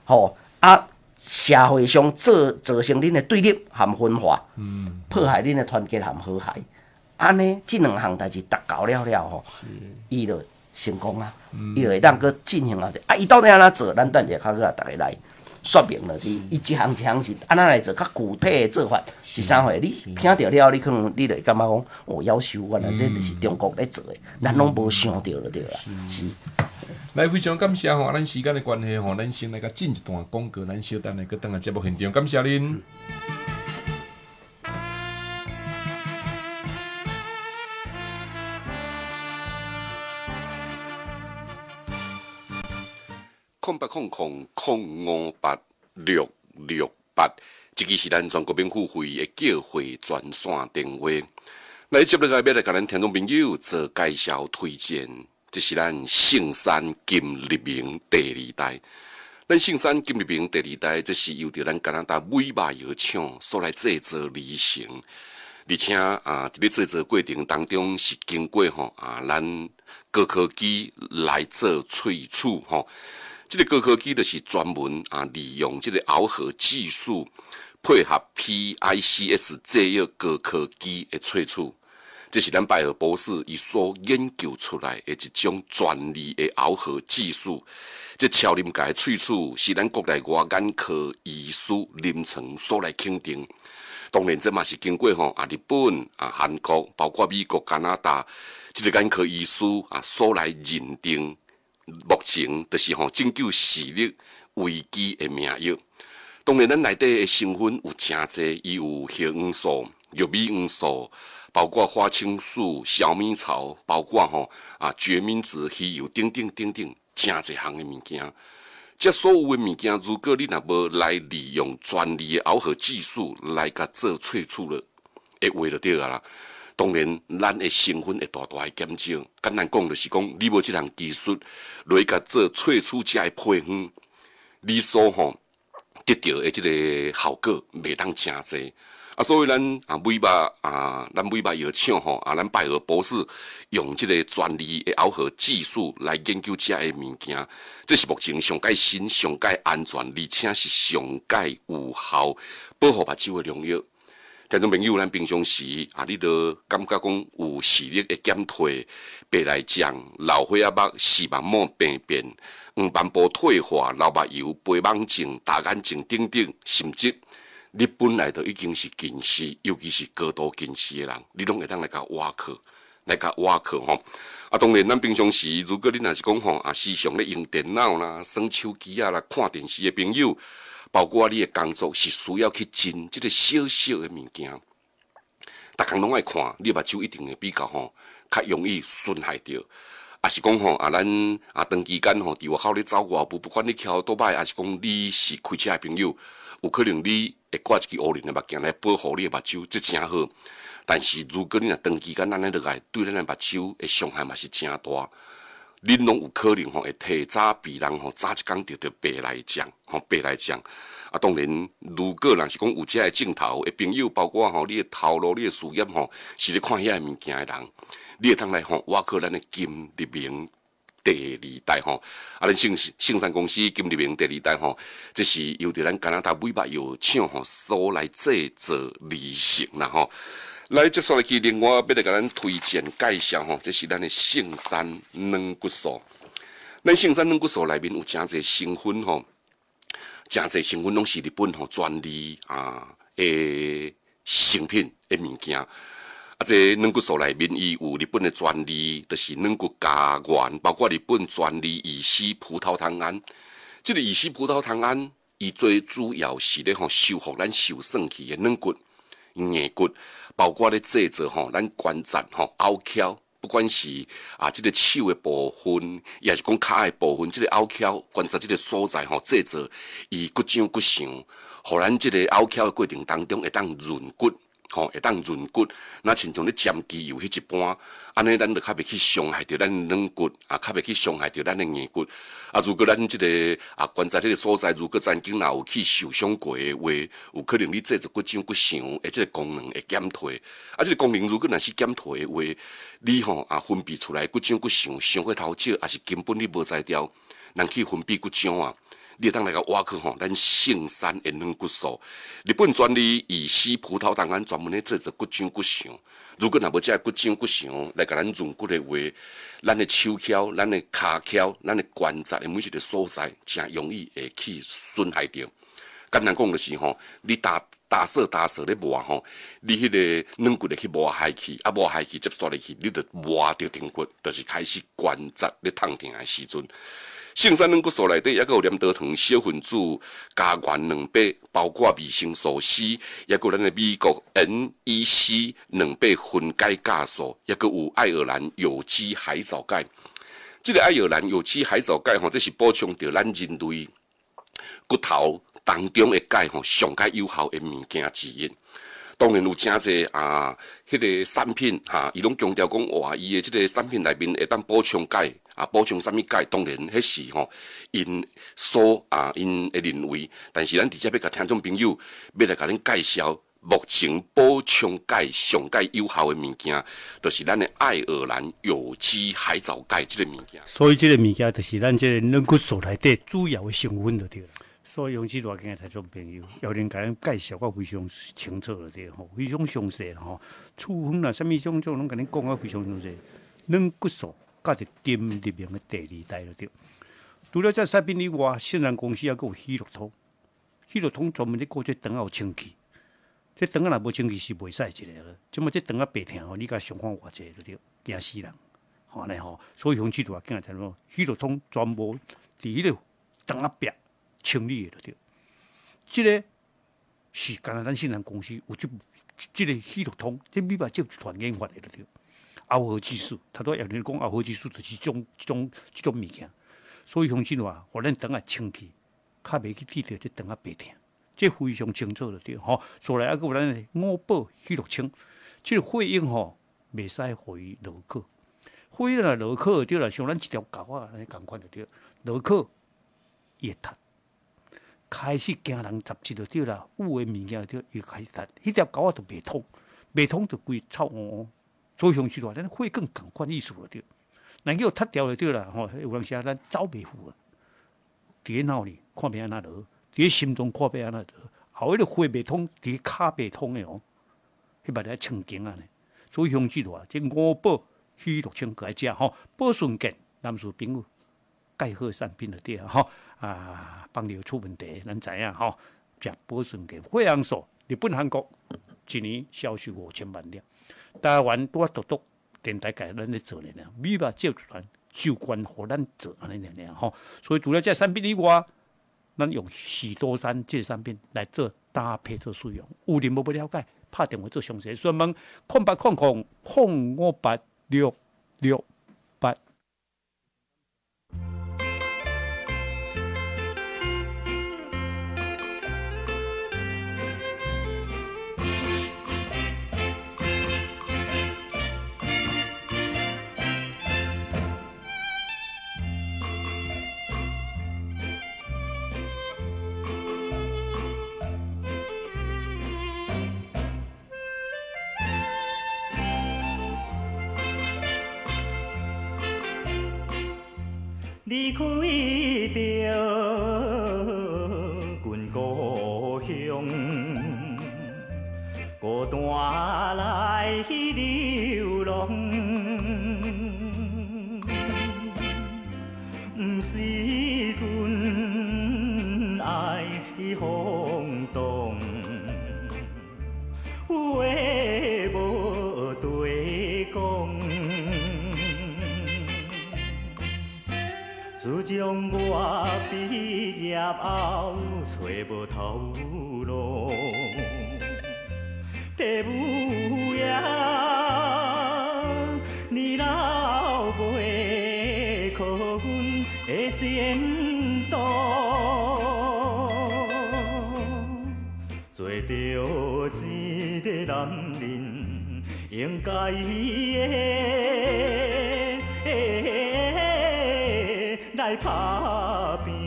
社会上造成恁的对立和分化，破坏恁的团结和和谐，安尼这2项代志达到了伊就成功啊！伊就会当搁进行伊到底安怎做？咱等者较大家来说明了。伊一项是安怎来做？较具体的做法是啥货？你听到了，你可能你就会感觉讲，夭寿，原来这就是中国咧做的，咱拢无想到就对啦。是。 来，非常感谢咱时间的关系咱先来甲进一段广告，咱稍等下搁等下节目现场，感谢恁。0800-058-668，这个是咱全国免付费的叫会专线电话。来，接落来要来甲咱听众朋友做介绍推荐，这是咱圣山金立明第2代。咱圣山金立明第2代，这是由着咱加拿大美肉药厂所来制作而成，而且伫咧制作过程当中是经过咱高科技来做萃取这个高科技就是专门利用这个螯合技术，配合 PICS 制约高科技的萃取，这是咱拜尔博士伊所研究出来的一种专利的螯合技术。这超临界萃取是咱国内外眼科医师临床所来肯定。当然，这嘛是经过日本、韩国，包括美国、加拿大这个眼科医师所来认定。目前就是拯救视力危机的名药。当然，咱内底的成分有真侪，伊有叶黄素、玉米黄素，包括花青素、小米草，包括决明子、鱼油等等等等，真侪项的物件。 这所有的物件，如果你若无来利用专利的熬合技术来甲做萃取了，会话就对啊啦。当然，咱的成分会大大的减少。简单讲，就是讲，你无这项技术来甲做萃取这的配方，你所得到的这个效果袂当真济。所以咱美肉咱美肉药厂咱百合博士用这个专利的熬合技术来研究这的物件，这是目前上界新、上界安全，而且是上界有效保护目睭的良药。听众朋友，咱平常时你都感觉讲有视力的减退、白内障、老花眼目、视网膜病变、黄斑部退化、老目疣、白网症、大眼睛等等，甚至你本来就已经是近视，尤其是高度近视的人，你拢会当来甲挖课，当然，咱平常时，如果你若是讲时常咧用电脑啦、耍手机啦、看电视的朋友，包括你的工作是需要去进这个小小的物件，逐工拢爱看，你目睭一定会比较较容易损害着。也是讲咱长期间伫外口咧走外步，不管你徛倒摆，也是讲你是开车的朋友，有可能你会挂一支乌仁的目镜来保护你的目睭，这真好。但是如果你若长期间安尼落来，对咱的目睭的伤害嘛是真大。恁拢有可能会提早比人早一工得到白内障，白内障。当然，如果若是讲有这个镜头的朋友，包括你的头路、你的事业是咧看遐个物件的人，你会当来挖靠咱的金立明第二代咱圣山公司金立明第二代这是由着咱加拿大美肉药厂所来制作而成啦来，接下来去另外要来甲咱推荐介绍这是咱的圣山软骨素。咱圣山软骨素内面有真侪成分真侪成分拢是日本专利的成品的物件。这软骨素内面伊有日本的专利，就是软骨家园，包括日本专利乙烯葡萄糖胺。这个乙烯葡萄糖胺，伊最主要是咧修复咱受损去的软骨、硬骨。包括咧制作咱关节凹翘，不管是这个手的部分，也是讲脚的部分，这个凹翘关节这个所在制作伊骨长骨长，互咱这个凹翘的过程当中会当润骨。会当润骨，那亲像咧占机油迄一般，安尼咱就较袂去伤害着咱软骨，较袂去伤害着咱的硬骨。如果咱这个关节迄个所在，如果曾经有去受伤过的话，有可能你制作骨长骨长，这个功能会减退。这个功能如果若是减退的话，你分泌出来骨长骨长，伤过头少，也是根本你无才调，人去分泌骨长你当来个挖去咱圣山的软骨素，日本专利乙烯葡萄糖胺专门咧制作骨长骨长。如果若无这骨长骨长来甲咱润骨的话，咱的手翘、咱的骹翘、咱的关节的每一个所在，真容易会去损害掉。简单讲就是你打扫咧磨你迄个软骨咧去磨害去，磨害去接续入去，你就磨着顶骨，就是开始关节咧痛痛的时阵。圣山软骨素内底也有黏多糖小分子、加元200，包括维生素 C， 也有咱的美国 NEC 200分解酵素，也有爱尔兰有机海藻钙。这个爱尔兰有机海藻钙这是补充着咱人类骨头当中的钙上界有效的物件之一。当然有真侪迄个产品伊拢强调讲伊的这个产品内面会当补充钙补充什么钙？当然迄是因因会认为，但是咱直接要甲听众朋友要来甲恁介绍，目前补充钙上界有效的物件，就是咱的爱尔兰有机海藻钙这个物件。 所以这个物件就是咱这个软骨素内底主要的成分就对了。所以用这大间的听众朋友，要恁甲咱介绍到非常清楚了对非常详细处方什么种拢甲恁讲非常详细。软骨素甲着金立明的第二代了对。除了这产品以外，圣山公司还有喜乐通，喜乐通专门咧顾这肠后清气，这肠若无清气是袂使一个了。即么这肠白疼你甲想看偌济了对，惊死人安尼所以用这大间的听众，喜乐通专门伫迄个肠壁清理的对，这个是干那咱圣山公司有这个喜乐通，这美白集团研发的对。熬合技术，他都要你讲熬合技术就是这种物件。 所以乡亲话，互咱肠啊清气，较袂去滴到这肠啊白疼，这非常清楚就对吼。所来还有咱的五宝喜乐清，这个血液吼袂使互伊落去，血液若落去对啦，像咱一条狗啊，安尼共款就对，落去伊会塌。开始惊人杂质就对啦，有诶物件就对，伊开始塌，迄条狗仔就袂通，袂通就规臭黄黄。所以乡亲话，咱血更共款意思就对。若叫塌掉就对啦，吼，有当时咱走袂赴啊。伫脑里看要安怎落，伫心中看要安怎落，后迄个血袂通，伫骹袂通诶哦，迄把咧清经啊呢。所以乡亲话，这五宝喜乐清个食吼，保顺健，男士朋友。介好产品就对啊，吼啊，帮你出问题，咱知影吼。食保顺健，血红素，日本、韩国一年销售5000万辆，台湾拄啊独独电台界咱咧做咧，美肉集团就关互咱做安尼咧吼。所以除了这产品以外，咱用许多山这产品来做搭配做使用。有人无了解，拍电话做详细询问，0800-058668。 离开着阮故乡，孤单来流浪，不是阮爱风动，话无对讲。自从我毕业后，找无头路，父母也年老袂靠阮的前途，做着一个男人应该的来打拼。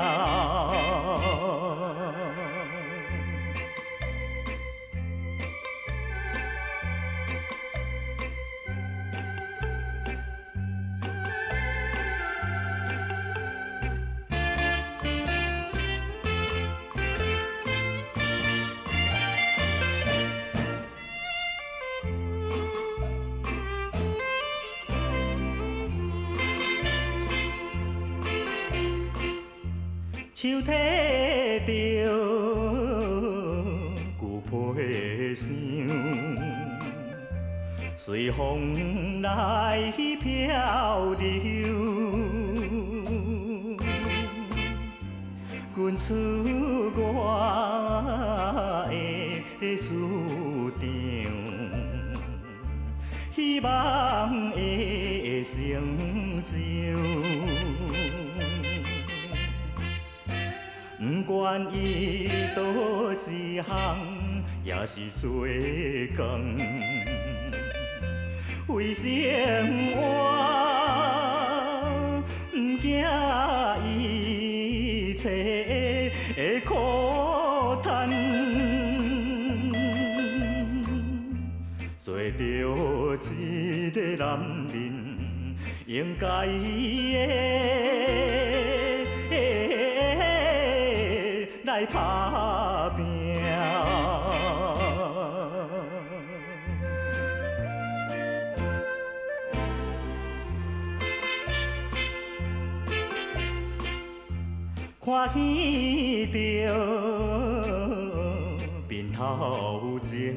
手提着旧皮箱，随风来漂流，阮出我的思场，希望会成就。不管伊倒一项，也是做工，为生活不惊一切的苦叹，做着一个男人应该来打拼。看见着面头前，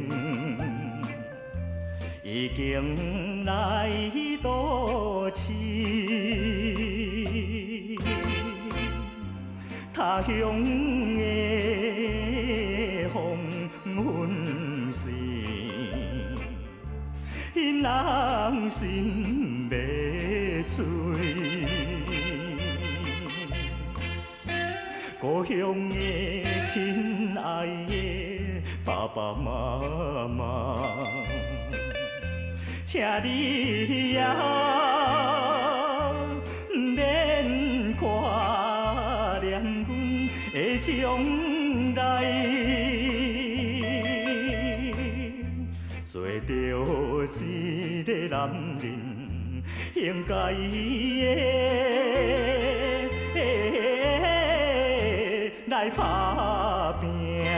已经来倒市。他乡的黄昏时，因人心要碎。 故乡的亲爱的爸爸妈妈，请你也免挂念阮的将来，做着一个男人应该的来打拼。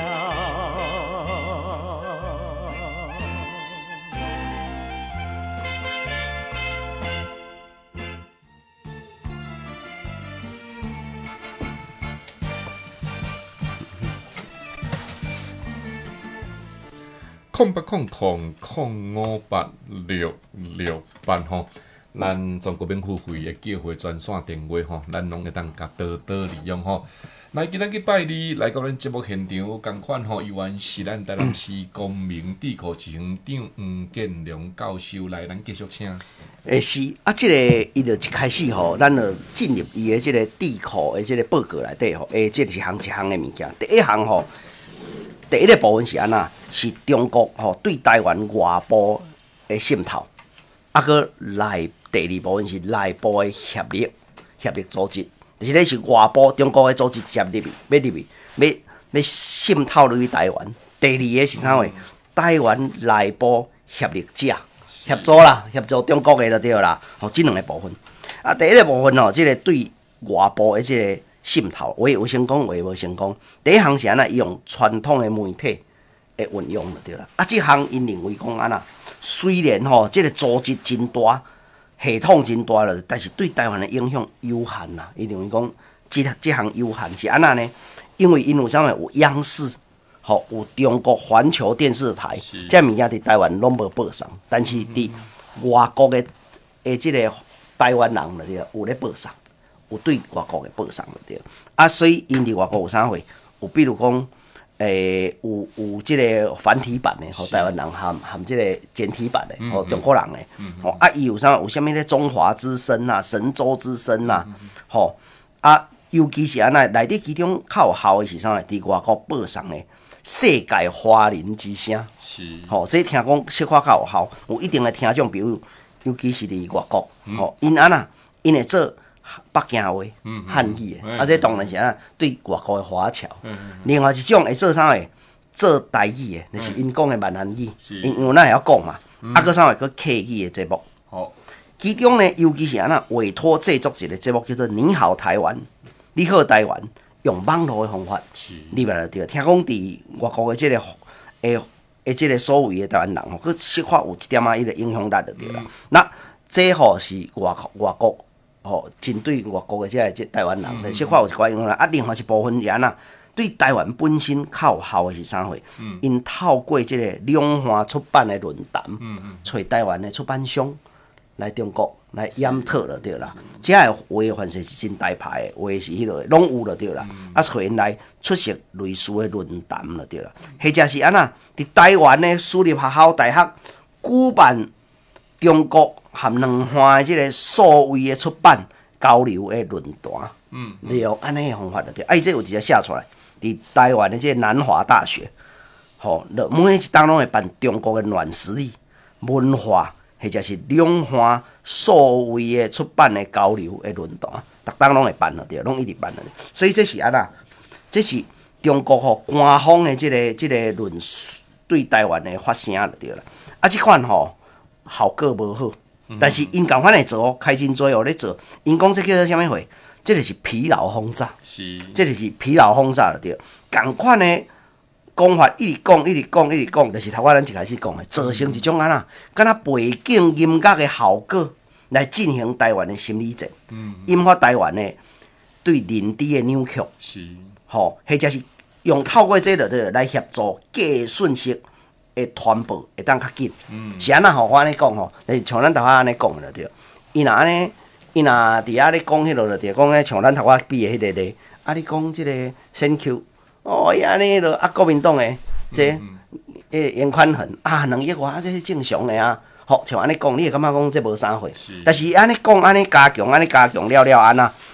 0800058668吼，咱全国免付费的叫货专线电话吼，咱拢会当甲多多利用吼。来，今仔日拜二来到咱节目现场，同款吼，依然是咱台南市公民智库执行长黄建良教授来，咱继续请。 是啊，即个伊就一开始吼，咱就进入伊的即个智库的即个报告内底吼，即一项的物件。第一项吼，第一个部分是安那，是中国吼对台湾外部的渗透，啊个第二部分是内部的协力组织。就是咧是外部中国的组织接入去，要渗透入去台湾。第二个是啥货？台湾内部协力者协助中国的就对啦。吼，即两个部分。啊，第一个部分吼，即个对外部的即个渗透，话有成功，话无成功。第一项是安那，伊用传统的媒体的运用就对啦。啊，即项因认为讲安那，虽然吼即个组织真大。系统真大了，但是对台湾的影响有限啦。伊认为讲，即项有限是安那呢？因为因有啥物有央视，吼有中国环球电视台，这物件伫台湾拢无报上，但是伫外国的即个台湾人了对，有咧报上，有对外国的报上了对。啊，所以因伫外国有啥货？有比如讲。有即个繁体版的，吼台湾人含即个简体版的，吼中国人的，吼啊伊有啥？有啥物咧？中华之声啊，神州之声啊，吼啊，尤其是安那内底其中较有效的是啥？伫外国报上的世界华人之声， 是，吼这听讲小可较有效，有一定的听众朋友，尤其是伫外国，吼因安那因会做。北京话、汉语的，啊，这当然是啊，对外国的华侨。另外一种会做啥会做台语的，就是因讲的闽南语，因为咱会晓讲嘛。啊，搁啥会搁客语的节目。 好， 其中呢，尤其是安那委托制作一个节目，叫做《你好台湾》，你好台湾，用网络的方法入来就对。听讲伫外国的即个即个所谓的台湾人吼，佮释发有一点仔伊个影响力就对啦。那这吼是外国。吼，针对外国的即台湾人，小可有一寡影响啦。啊，另外一部分是安那，对台湾本身较有效的是啥货？因透过即个两岸出版的论坛，找台湾的出版商来中国来研讨就对啦。这个话反正是真大牌的，话是迄落拢有就对啦。啊，找因来出席类似的论坛就对啦。或者是安那，伫台湾的私立学校、大学举办中国。含两岸的即个所谓的出版交流的论坛，利用安尼的方法就对。伊这有直接写出来，伫台湾的即个南华大学，吼，每一档拢会办中国的软实力、文化，或者是两岸所谓的出版的交流的论坛，逐档拢会办了对，拢一直办了。所以这是安那，这是中国吼官方的即个论述对台湾的发声就对啦。啊，即款吼效果无好。但是因共款会做，开真多哦咧做。因讲这叫做啥物货？这就是疲劳轰炸，这就是疲劳轰炸了对。共款的讲法一直讲，就是头仔咱一开始讲的，造成一种安那，敢若背景音乐的效果来进行台湾的心理战，引发台湾的对认知的扭曲，吼，或者是用透过这个来协助假讯息。会传播会当较紧，是安那吼？我安尼讲吼，像咱头仔安尼讲了对。伊若安尼，伊若伫遐咧讲迄落就对，讲迄像咱头仔比的迄个咧，啊，你讲即个选举，哦，伊安尼落啊，国民党的这严宽恒啊，2亿外，这是正常的啊。吼，像安尼讲，你会感觉讲这无啥货，但是安尼讲，安尼加强了安那，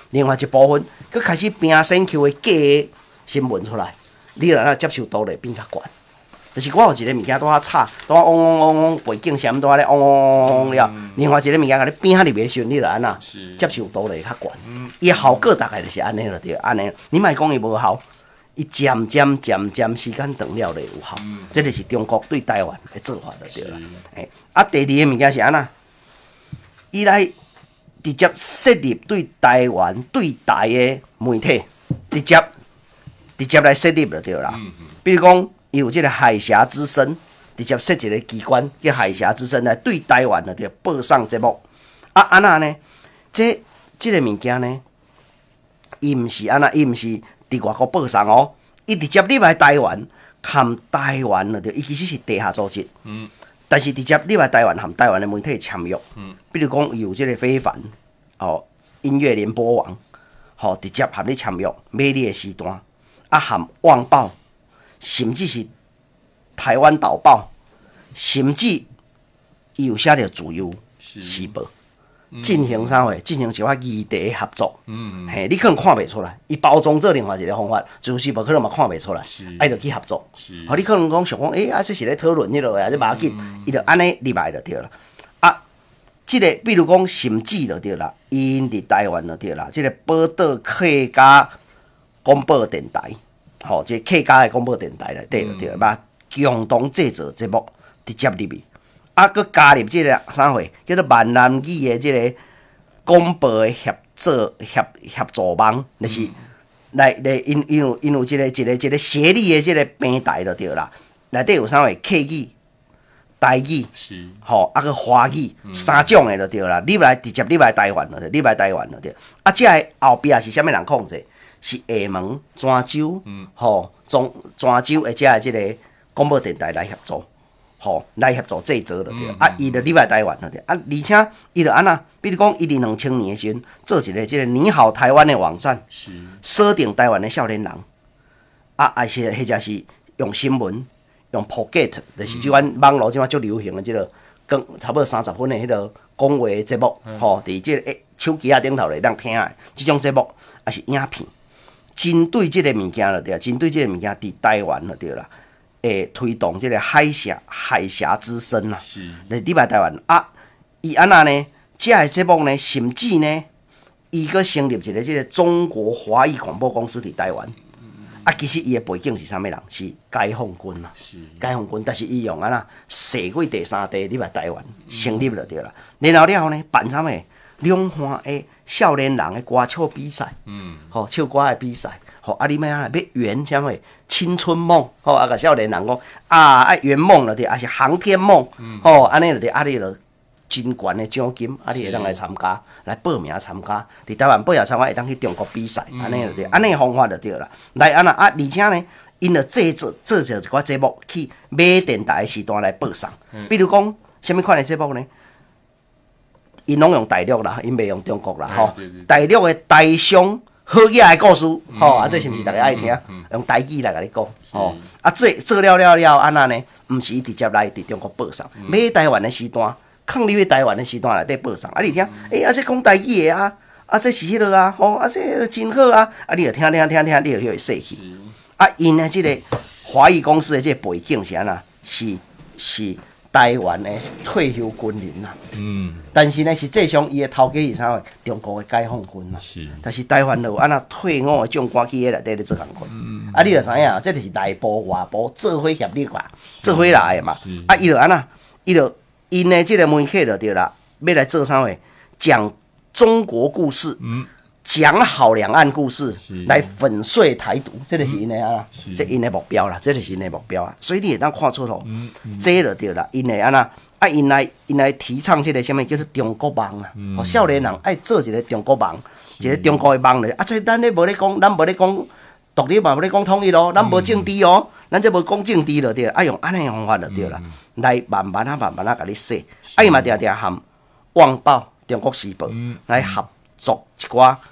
另外一部分佮开始拼选球的假的新闻出来，你若接受度咧变较悬。就是我有一个物件拄啊吵，拄啊嗡背景啥物拄啊咧嗡了，另外一个物件甲你编入去时阵，你就安那接受度咧较悬。伊效果大概就是安尼了，对，安尼。你莫讲伊无效，伊渐渐时间长了咧有效。这就是中国对台湾的做法就对啦。第二个物件是安那，伊来直接设立对台湾对台的媒体，直接来设立就对啦。比如讲。伊有即个海峡之声，直接设一个机关叫海峡之声来对台湾的着报上节目。安那呢？即个物件呢，伊毋是安那，伊毋是伫外国报上哦，伊直接入来台湾，含台湾的着，伊其实是地下组织。但是直接入来台湾，含台湾的媒体签约。比如讲，有即个非凡音乐联播网，直接含你签约，买你的时段，含旺报。甚至是台湾导报，甚至伊有写着自由时报，进行啥货？进行一寡异地合作。你可能看袂出来，伊包装做另外一个方法，自由时报可能嘛看袂出来，爱着去合作。你可能讲想讲，这是咧讨论迄落啊，这无要紧，伊着安尼入来就对啦。即个比如讲，甚至就对啦，因伫台湾就对啦，即个宝岛客家广播电台。即客家的广播电台内底就对，把共同制作节目直接入去，佮加入即个啥货叫做闽南语的即个广播的协助网，就是因有一个协力的即个平台就对啦，内底有啥货客语、台语，佮华语三种的就对啦，直接入来台湾就对，入来台湾就对，即个后壁是啥物人控制？是厦门、泉州，泉州或者的即个广播电台来合作，来合作制作就对。伊就入来台湾就对。而且伊就安那，比如讲，伊伫2000年的时阵做一个即个你好台湾的网站，锁定台湾的少年人，是或者是用新闻、用 Pocket， 就是即款网络即款足流行的即个，差不多30分的迄个讲话的节目，伫即个手机顶头会当听的，即种节目也是影片。针对即个物件就对，针对即个物件伫台湾就对啦，推动即个海峡之声啦，来入来台湾伊安那呢？这个节目呢，甚至呢，伊佫成立一个即个中国华语广播公司伫台湾。其实伊的背景是啥物人？是解放军啦，解放军。但是伊用安那势过第三地入来台湾成立就对啦。然后了后呢，办啥物？两岸的少年人的歌唱比赛，唱歌的比赛，你要安要圆啥物青春梦，甲少年人讲爱圆梦了对，还是航天梦，安尼就对，你就真悬的奖金，你会当来参加，来报名参加，伫台湾报名参加会当去中国比赛，安尼就对，安尼方法就对啦。来安那而且呢，因就做一寡节目去买电台的时段来报上，比如讲啥物款的节目呢？因拢用大陆啦，因袂用中国啦，大陆的台商好野的故事，这是毋是大家爱听？用台语来甲你讲，做了安那呢？毋是伊直接来伫中国报上，买台湾的时段，放入去台湾的时段内底报上，你听，这讲台语的这是迄落这真好你就听，你就会说去。因的即个华语公司的即个背景是安那？是台湾的退休军人啦，但是呢，实际上伊的头家是啥货？中国的解放军啦。但是台湾就有安那退伍的将官去迄内底咧做工课，你就知影，这就是内部外部做伙协力做伙来的嘛。伊就安那，因的即个媒体就对啦，要来做啥货？讲中国故事。讲好两岸故事，来粉碎台独，这就是因的这因的目标啦，这就是因的目标所以你会当看出咯，这就对啦，因的安那因来提倡这个什么叫做中国梦啊，少年人爱做一个中国梦，一个中国的梦咧。这咱咧无咧讲，咱无咧讲独立嘛，无咧讲统一咯，咱无政治哦，咱这无讲政治就对啦，用安尼方法就对啦，来慢慢甲你说，伊嘛定含旺报、中国时报来合作一寡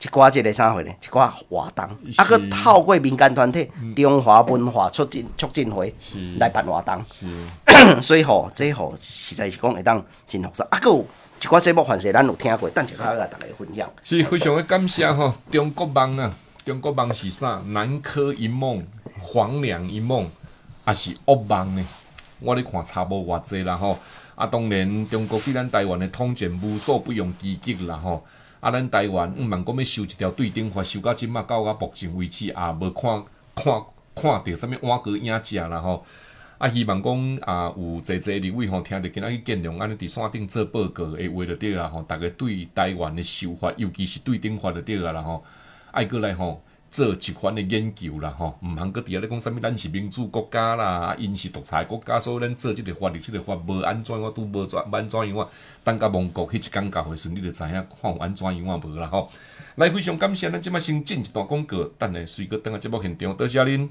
一寡即个啥货呢？一寡活动，啊，佮透过民间团体中华文化促进会来办活动，所以吼，这吼实在是讲会当真复杂。啊，佮有一寡节目范式，咱有听过，等一下甲大家分享。 是非常的感谢吼，中国梦啊，中国梦是啥？南柯一梦、黄粱一梦，也是噩梦呢。我咧看差无偌济啦吼。啊，当然中国对咱台湾的统战无所不用其极啦吼。啊，咱台湾茫讲要修一条对顶法，修到即马到目前为止也无看到啥物碗糕影食啦吼。啊，希望讲有济立委吼，听着今仔日建良安尼伫山顶做报告的话就对啦吼。大家对台湾的修法，尤其是对顶法就对啦吼，爱过来吼做一番的研究啦吼，毋通搁伫遐咧讲啥物咱是民主国家啦，因是独裁国家，所以咱做即个法律，即个法无安怎样，拄无安怎样，等甲亡国迄一天到的时，你就知影看有安怎样无啦吼。来，非常感谢咱即摆先进一段广告，等下随个等下节目现场，多谢恁。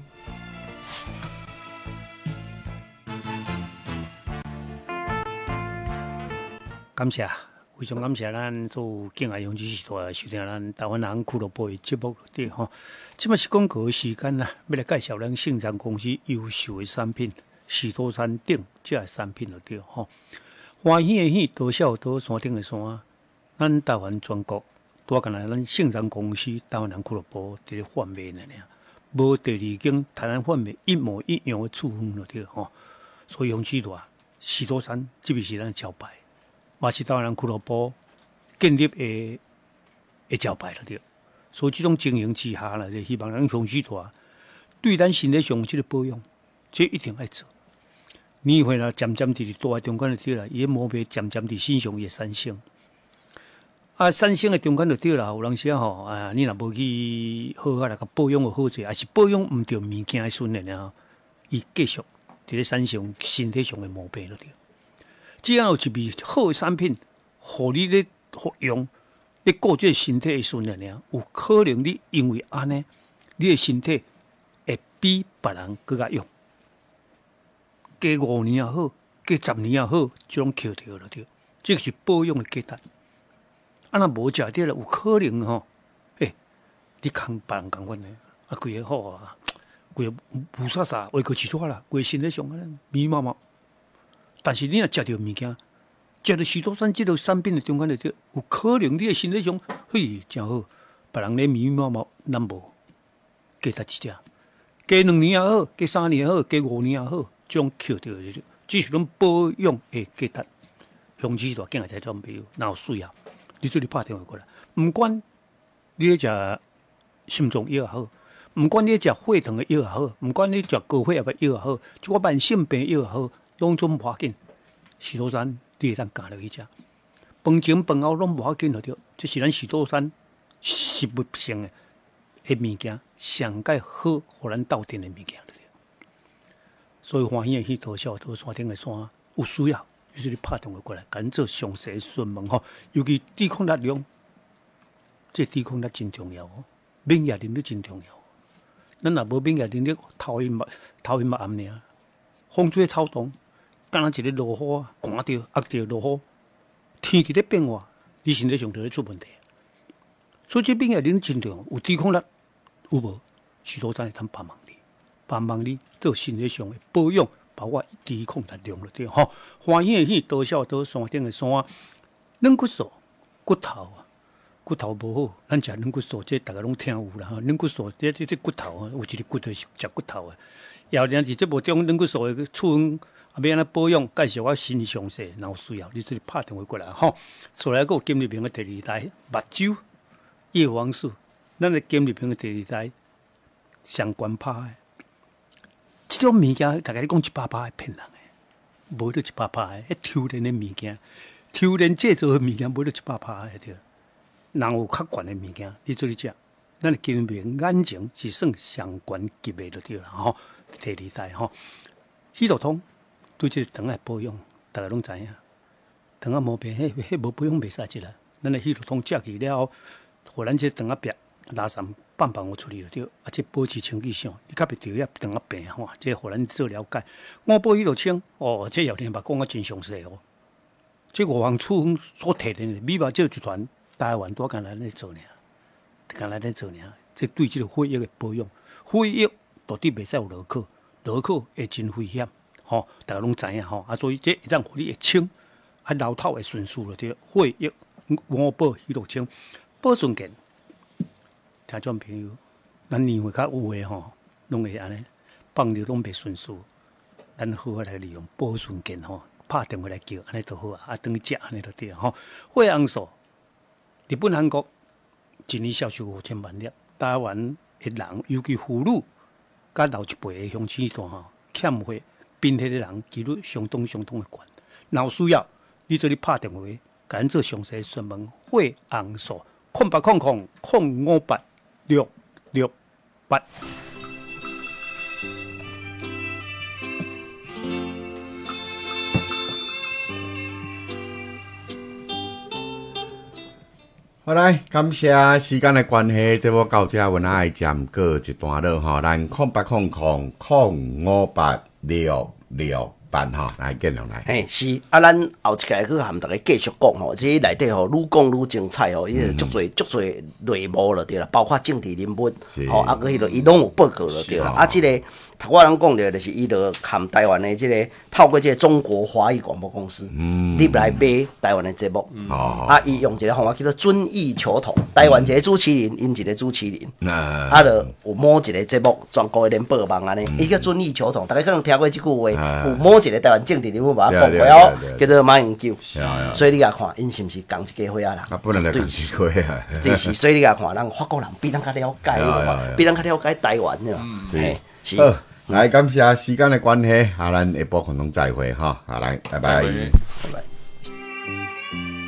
感谢，非常感谢咱做敬爱用支持台收听咱台湾人俱乐部的节目对吼。即摆是广告的时间啦，要来介绍咱盛赞公司优秀的产品，许多山顶这个产品就对吼。欢喜的喜，多笑多山顶的山，咱台湾全国多干来咱盛赞公司台湾人俱乐部伫咧贩卖呢，无第二间台湾贩卖一模一样的处方就对吼。所以用许多许多山，即边是咱的招牌。嘛是台湾人俱乐部建立的招牌了对，所以这种经营之下啦，就希望咱乡居大对咱身体上这个保养，这一定要做。年岁啦，渐渐地大中间就对啦，伊个毛病渐渐地身上也产生。啊，产生的中间就对啦，有人说吼，你若无去好好来甲保养个好势，还是保养毋着物件的时阵呢，伊继续伫咧产生身体上的毛病了对。只要有一味好的产品，互你咧服用，你顾这身体的时阵呢，有可能你因为安尼，你的身体会比别人更加用。加5年也好，加10年也好，这种扣掉了对，这是保养的价值。啊，若无食着了，有可能吼，你空别人共款的，啊，规个好啊，规个乌沙沙，胃口起错啦，规个身体上迷毛毛。但是你若食着物件，食着许多山这个产品的中间就有可能你的身体上，嘿，真好，别人咧迷迷毛毛，咱无，加值一只，加2年也好，加3年也好，加5年也好，这种扣掉的，这是种保养的价值。乡亲大囝仔种朋友，若有需要，你做你拍电话过来，毋管你咧食心脏药也好，毋管你咧食血糖的药也好，毋管你食高血压的药也好，即个慢性病药也好。拢总无要紧，许多山你会当加落去食，饭前饭后拢无要紧，对，这是咱许多山食物性的物件，上介好，互咱斗阵的物件，对。所以欢喜的去多少多山顶的山，有需要就是你拍电话过来，赶紧做详细询问吼。尤其抵抗力量，这抵抗力真重要哦，免疫能力真重要。咱若无免疫能力，头晕目暗尔，风吹草动。敢若一个落雨，寒着、压着落雨，天气咧变化，你身体上就会出问题。所以这免疫力真重要，有抵抗力有无？许多咱会通帮忙你做身体上的保养，包括抵抗力量了对吼。欢喜的喜，多少多山顶的山，软骨素、骨头啊，骨头无好，咱食软骨素，这大家拢听有啦。软骨素这骨头有一个骨头是食骨头的，后日是这无种软骨素的处方。啊，要安怎保养？介绍我新详细，若有需要，你自己拍电话过来吼。所来个金立平的第2台目睭叶黄素，咱的金立平的第2台上悬拍的，这种物件大家你讲100%骗人的，无到100%的，迄抽炼的物件，抽炼制造的物件，无到100%的对。人有较悬的物件，你做你食，咱的金立平眼睛是算上悬级的就对啦吼。第2台吼，稀土通。对这肠仔保养，大家拢知影。肠仔毛病，迄无保养袂使啦。咱的稀土通食去了后，互咱这肠仔壁垃圾棒互处理就对。啊，这保持清气上，你较袂着遐肠仔病吼。这互咱做了解。我保稀土清，这后天把讲啊真详细哦。这5项处方所提炼的，米白这集团台湾多间来咧做呢。 干来咧做尔。这对这个血液的保养，血液到底袂使有落靠，落靠会真危险。吼，大家拢知影吼，所以这会让互你会清，流透会顺速了对。血液五宝喜乐清，保顺健。听众朋友，咱年岁较有诶吼，拢会安尼放着拢袂顺速，咱好好来利用保顺健吼，拍电话来叫，安尼就好啊，等于食安尼就对吼。血红素，日本、韩国一年销售5000万粒，台湾的人，尤其妇女甲老一辈的乡亲段吼，欠血、贫血的人几率相当的悬。若有需要，你做你拍电话，甲咱做详细询问。血红素0800058668。 好来，感谢时间的关系，节目到这，阮爱暂告一段落吼，咱0800058668吼，来见谅来。 嘿，是啊，咱后一届去含大家继续讲吼，这内底吼愈讲愈精彩吼，伊足侪内幕了对啦，包括政治人物，吼啊个迄个伊拢有报告了对啦，啊，这个我人讲着就是伊就含台湾的这个透过这个中国华语广播公司，入来买台湾的节目，啊，伊用一个方法叫做遵义球童，台湾一个主持人，因一个主持人，啊，就有某一个节目全国的联播网安尼，伊叫遵义球童，大家可能听过这句话，有某一个台湾政治人物把它讲过哦，叫做马英九，所以你甲看，因是毋是共一家伙仔人？ 啊，本来就共一家伙啊， 对是，所以你甲看，咱法国人比咱较了解，比咱较了解台湾呢，是。 来，感谢时间的关系，咱下晡可能再会哈，来，拜拜。 拜拜。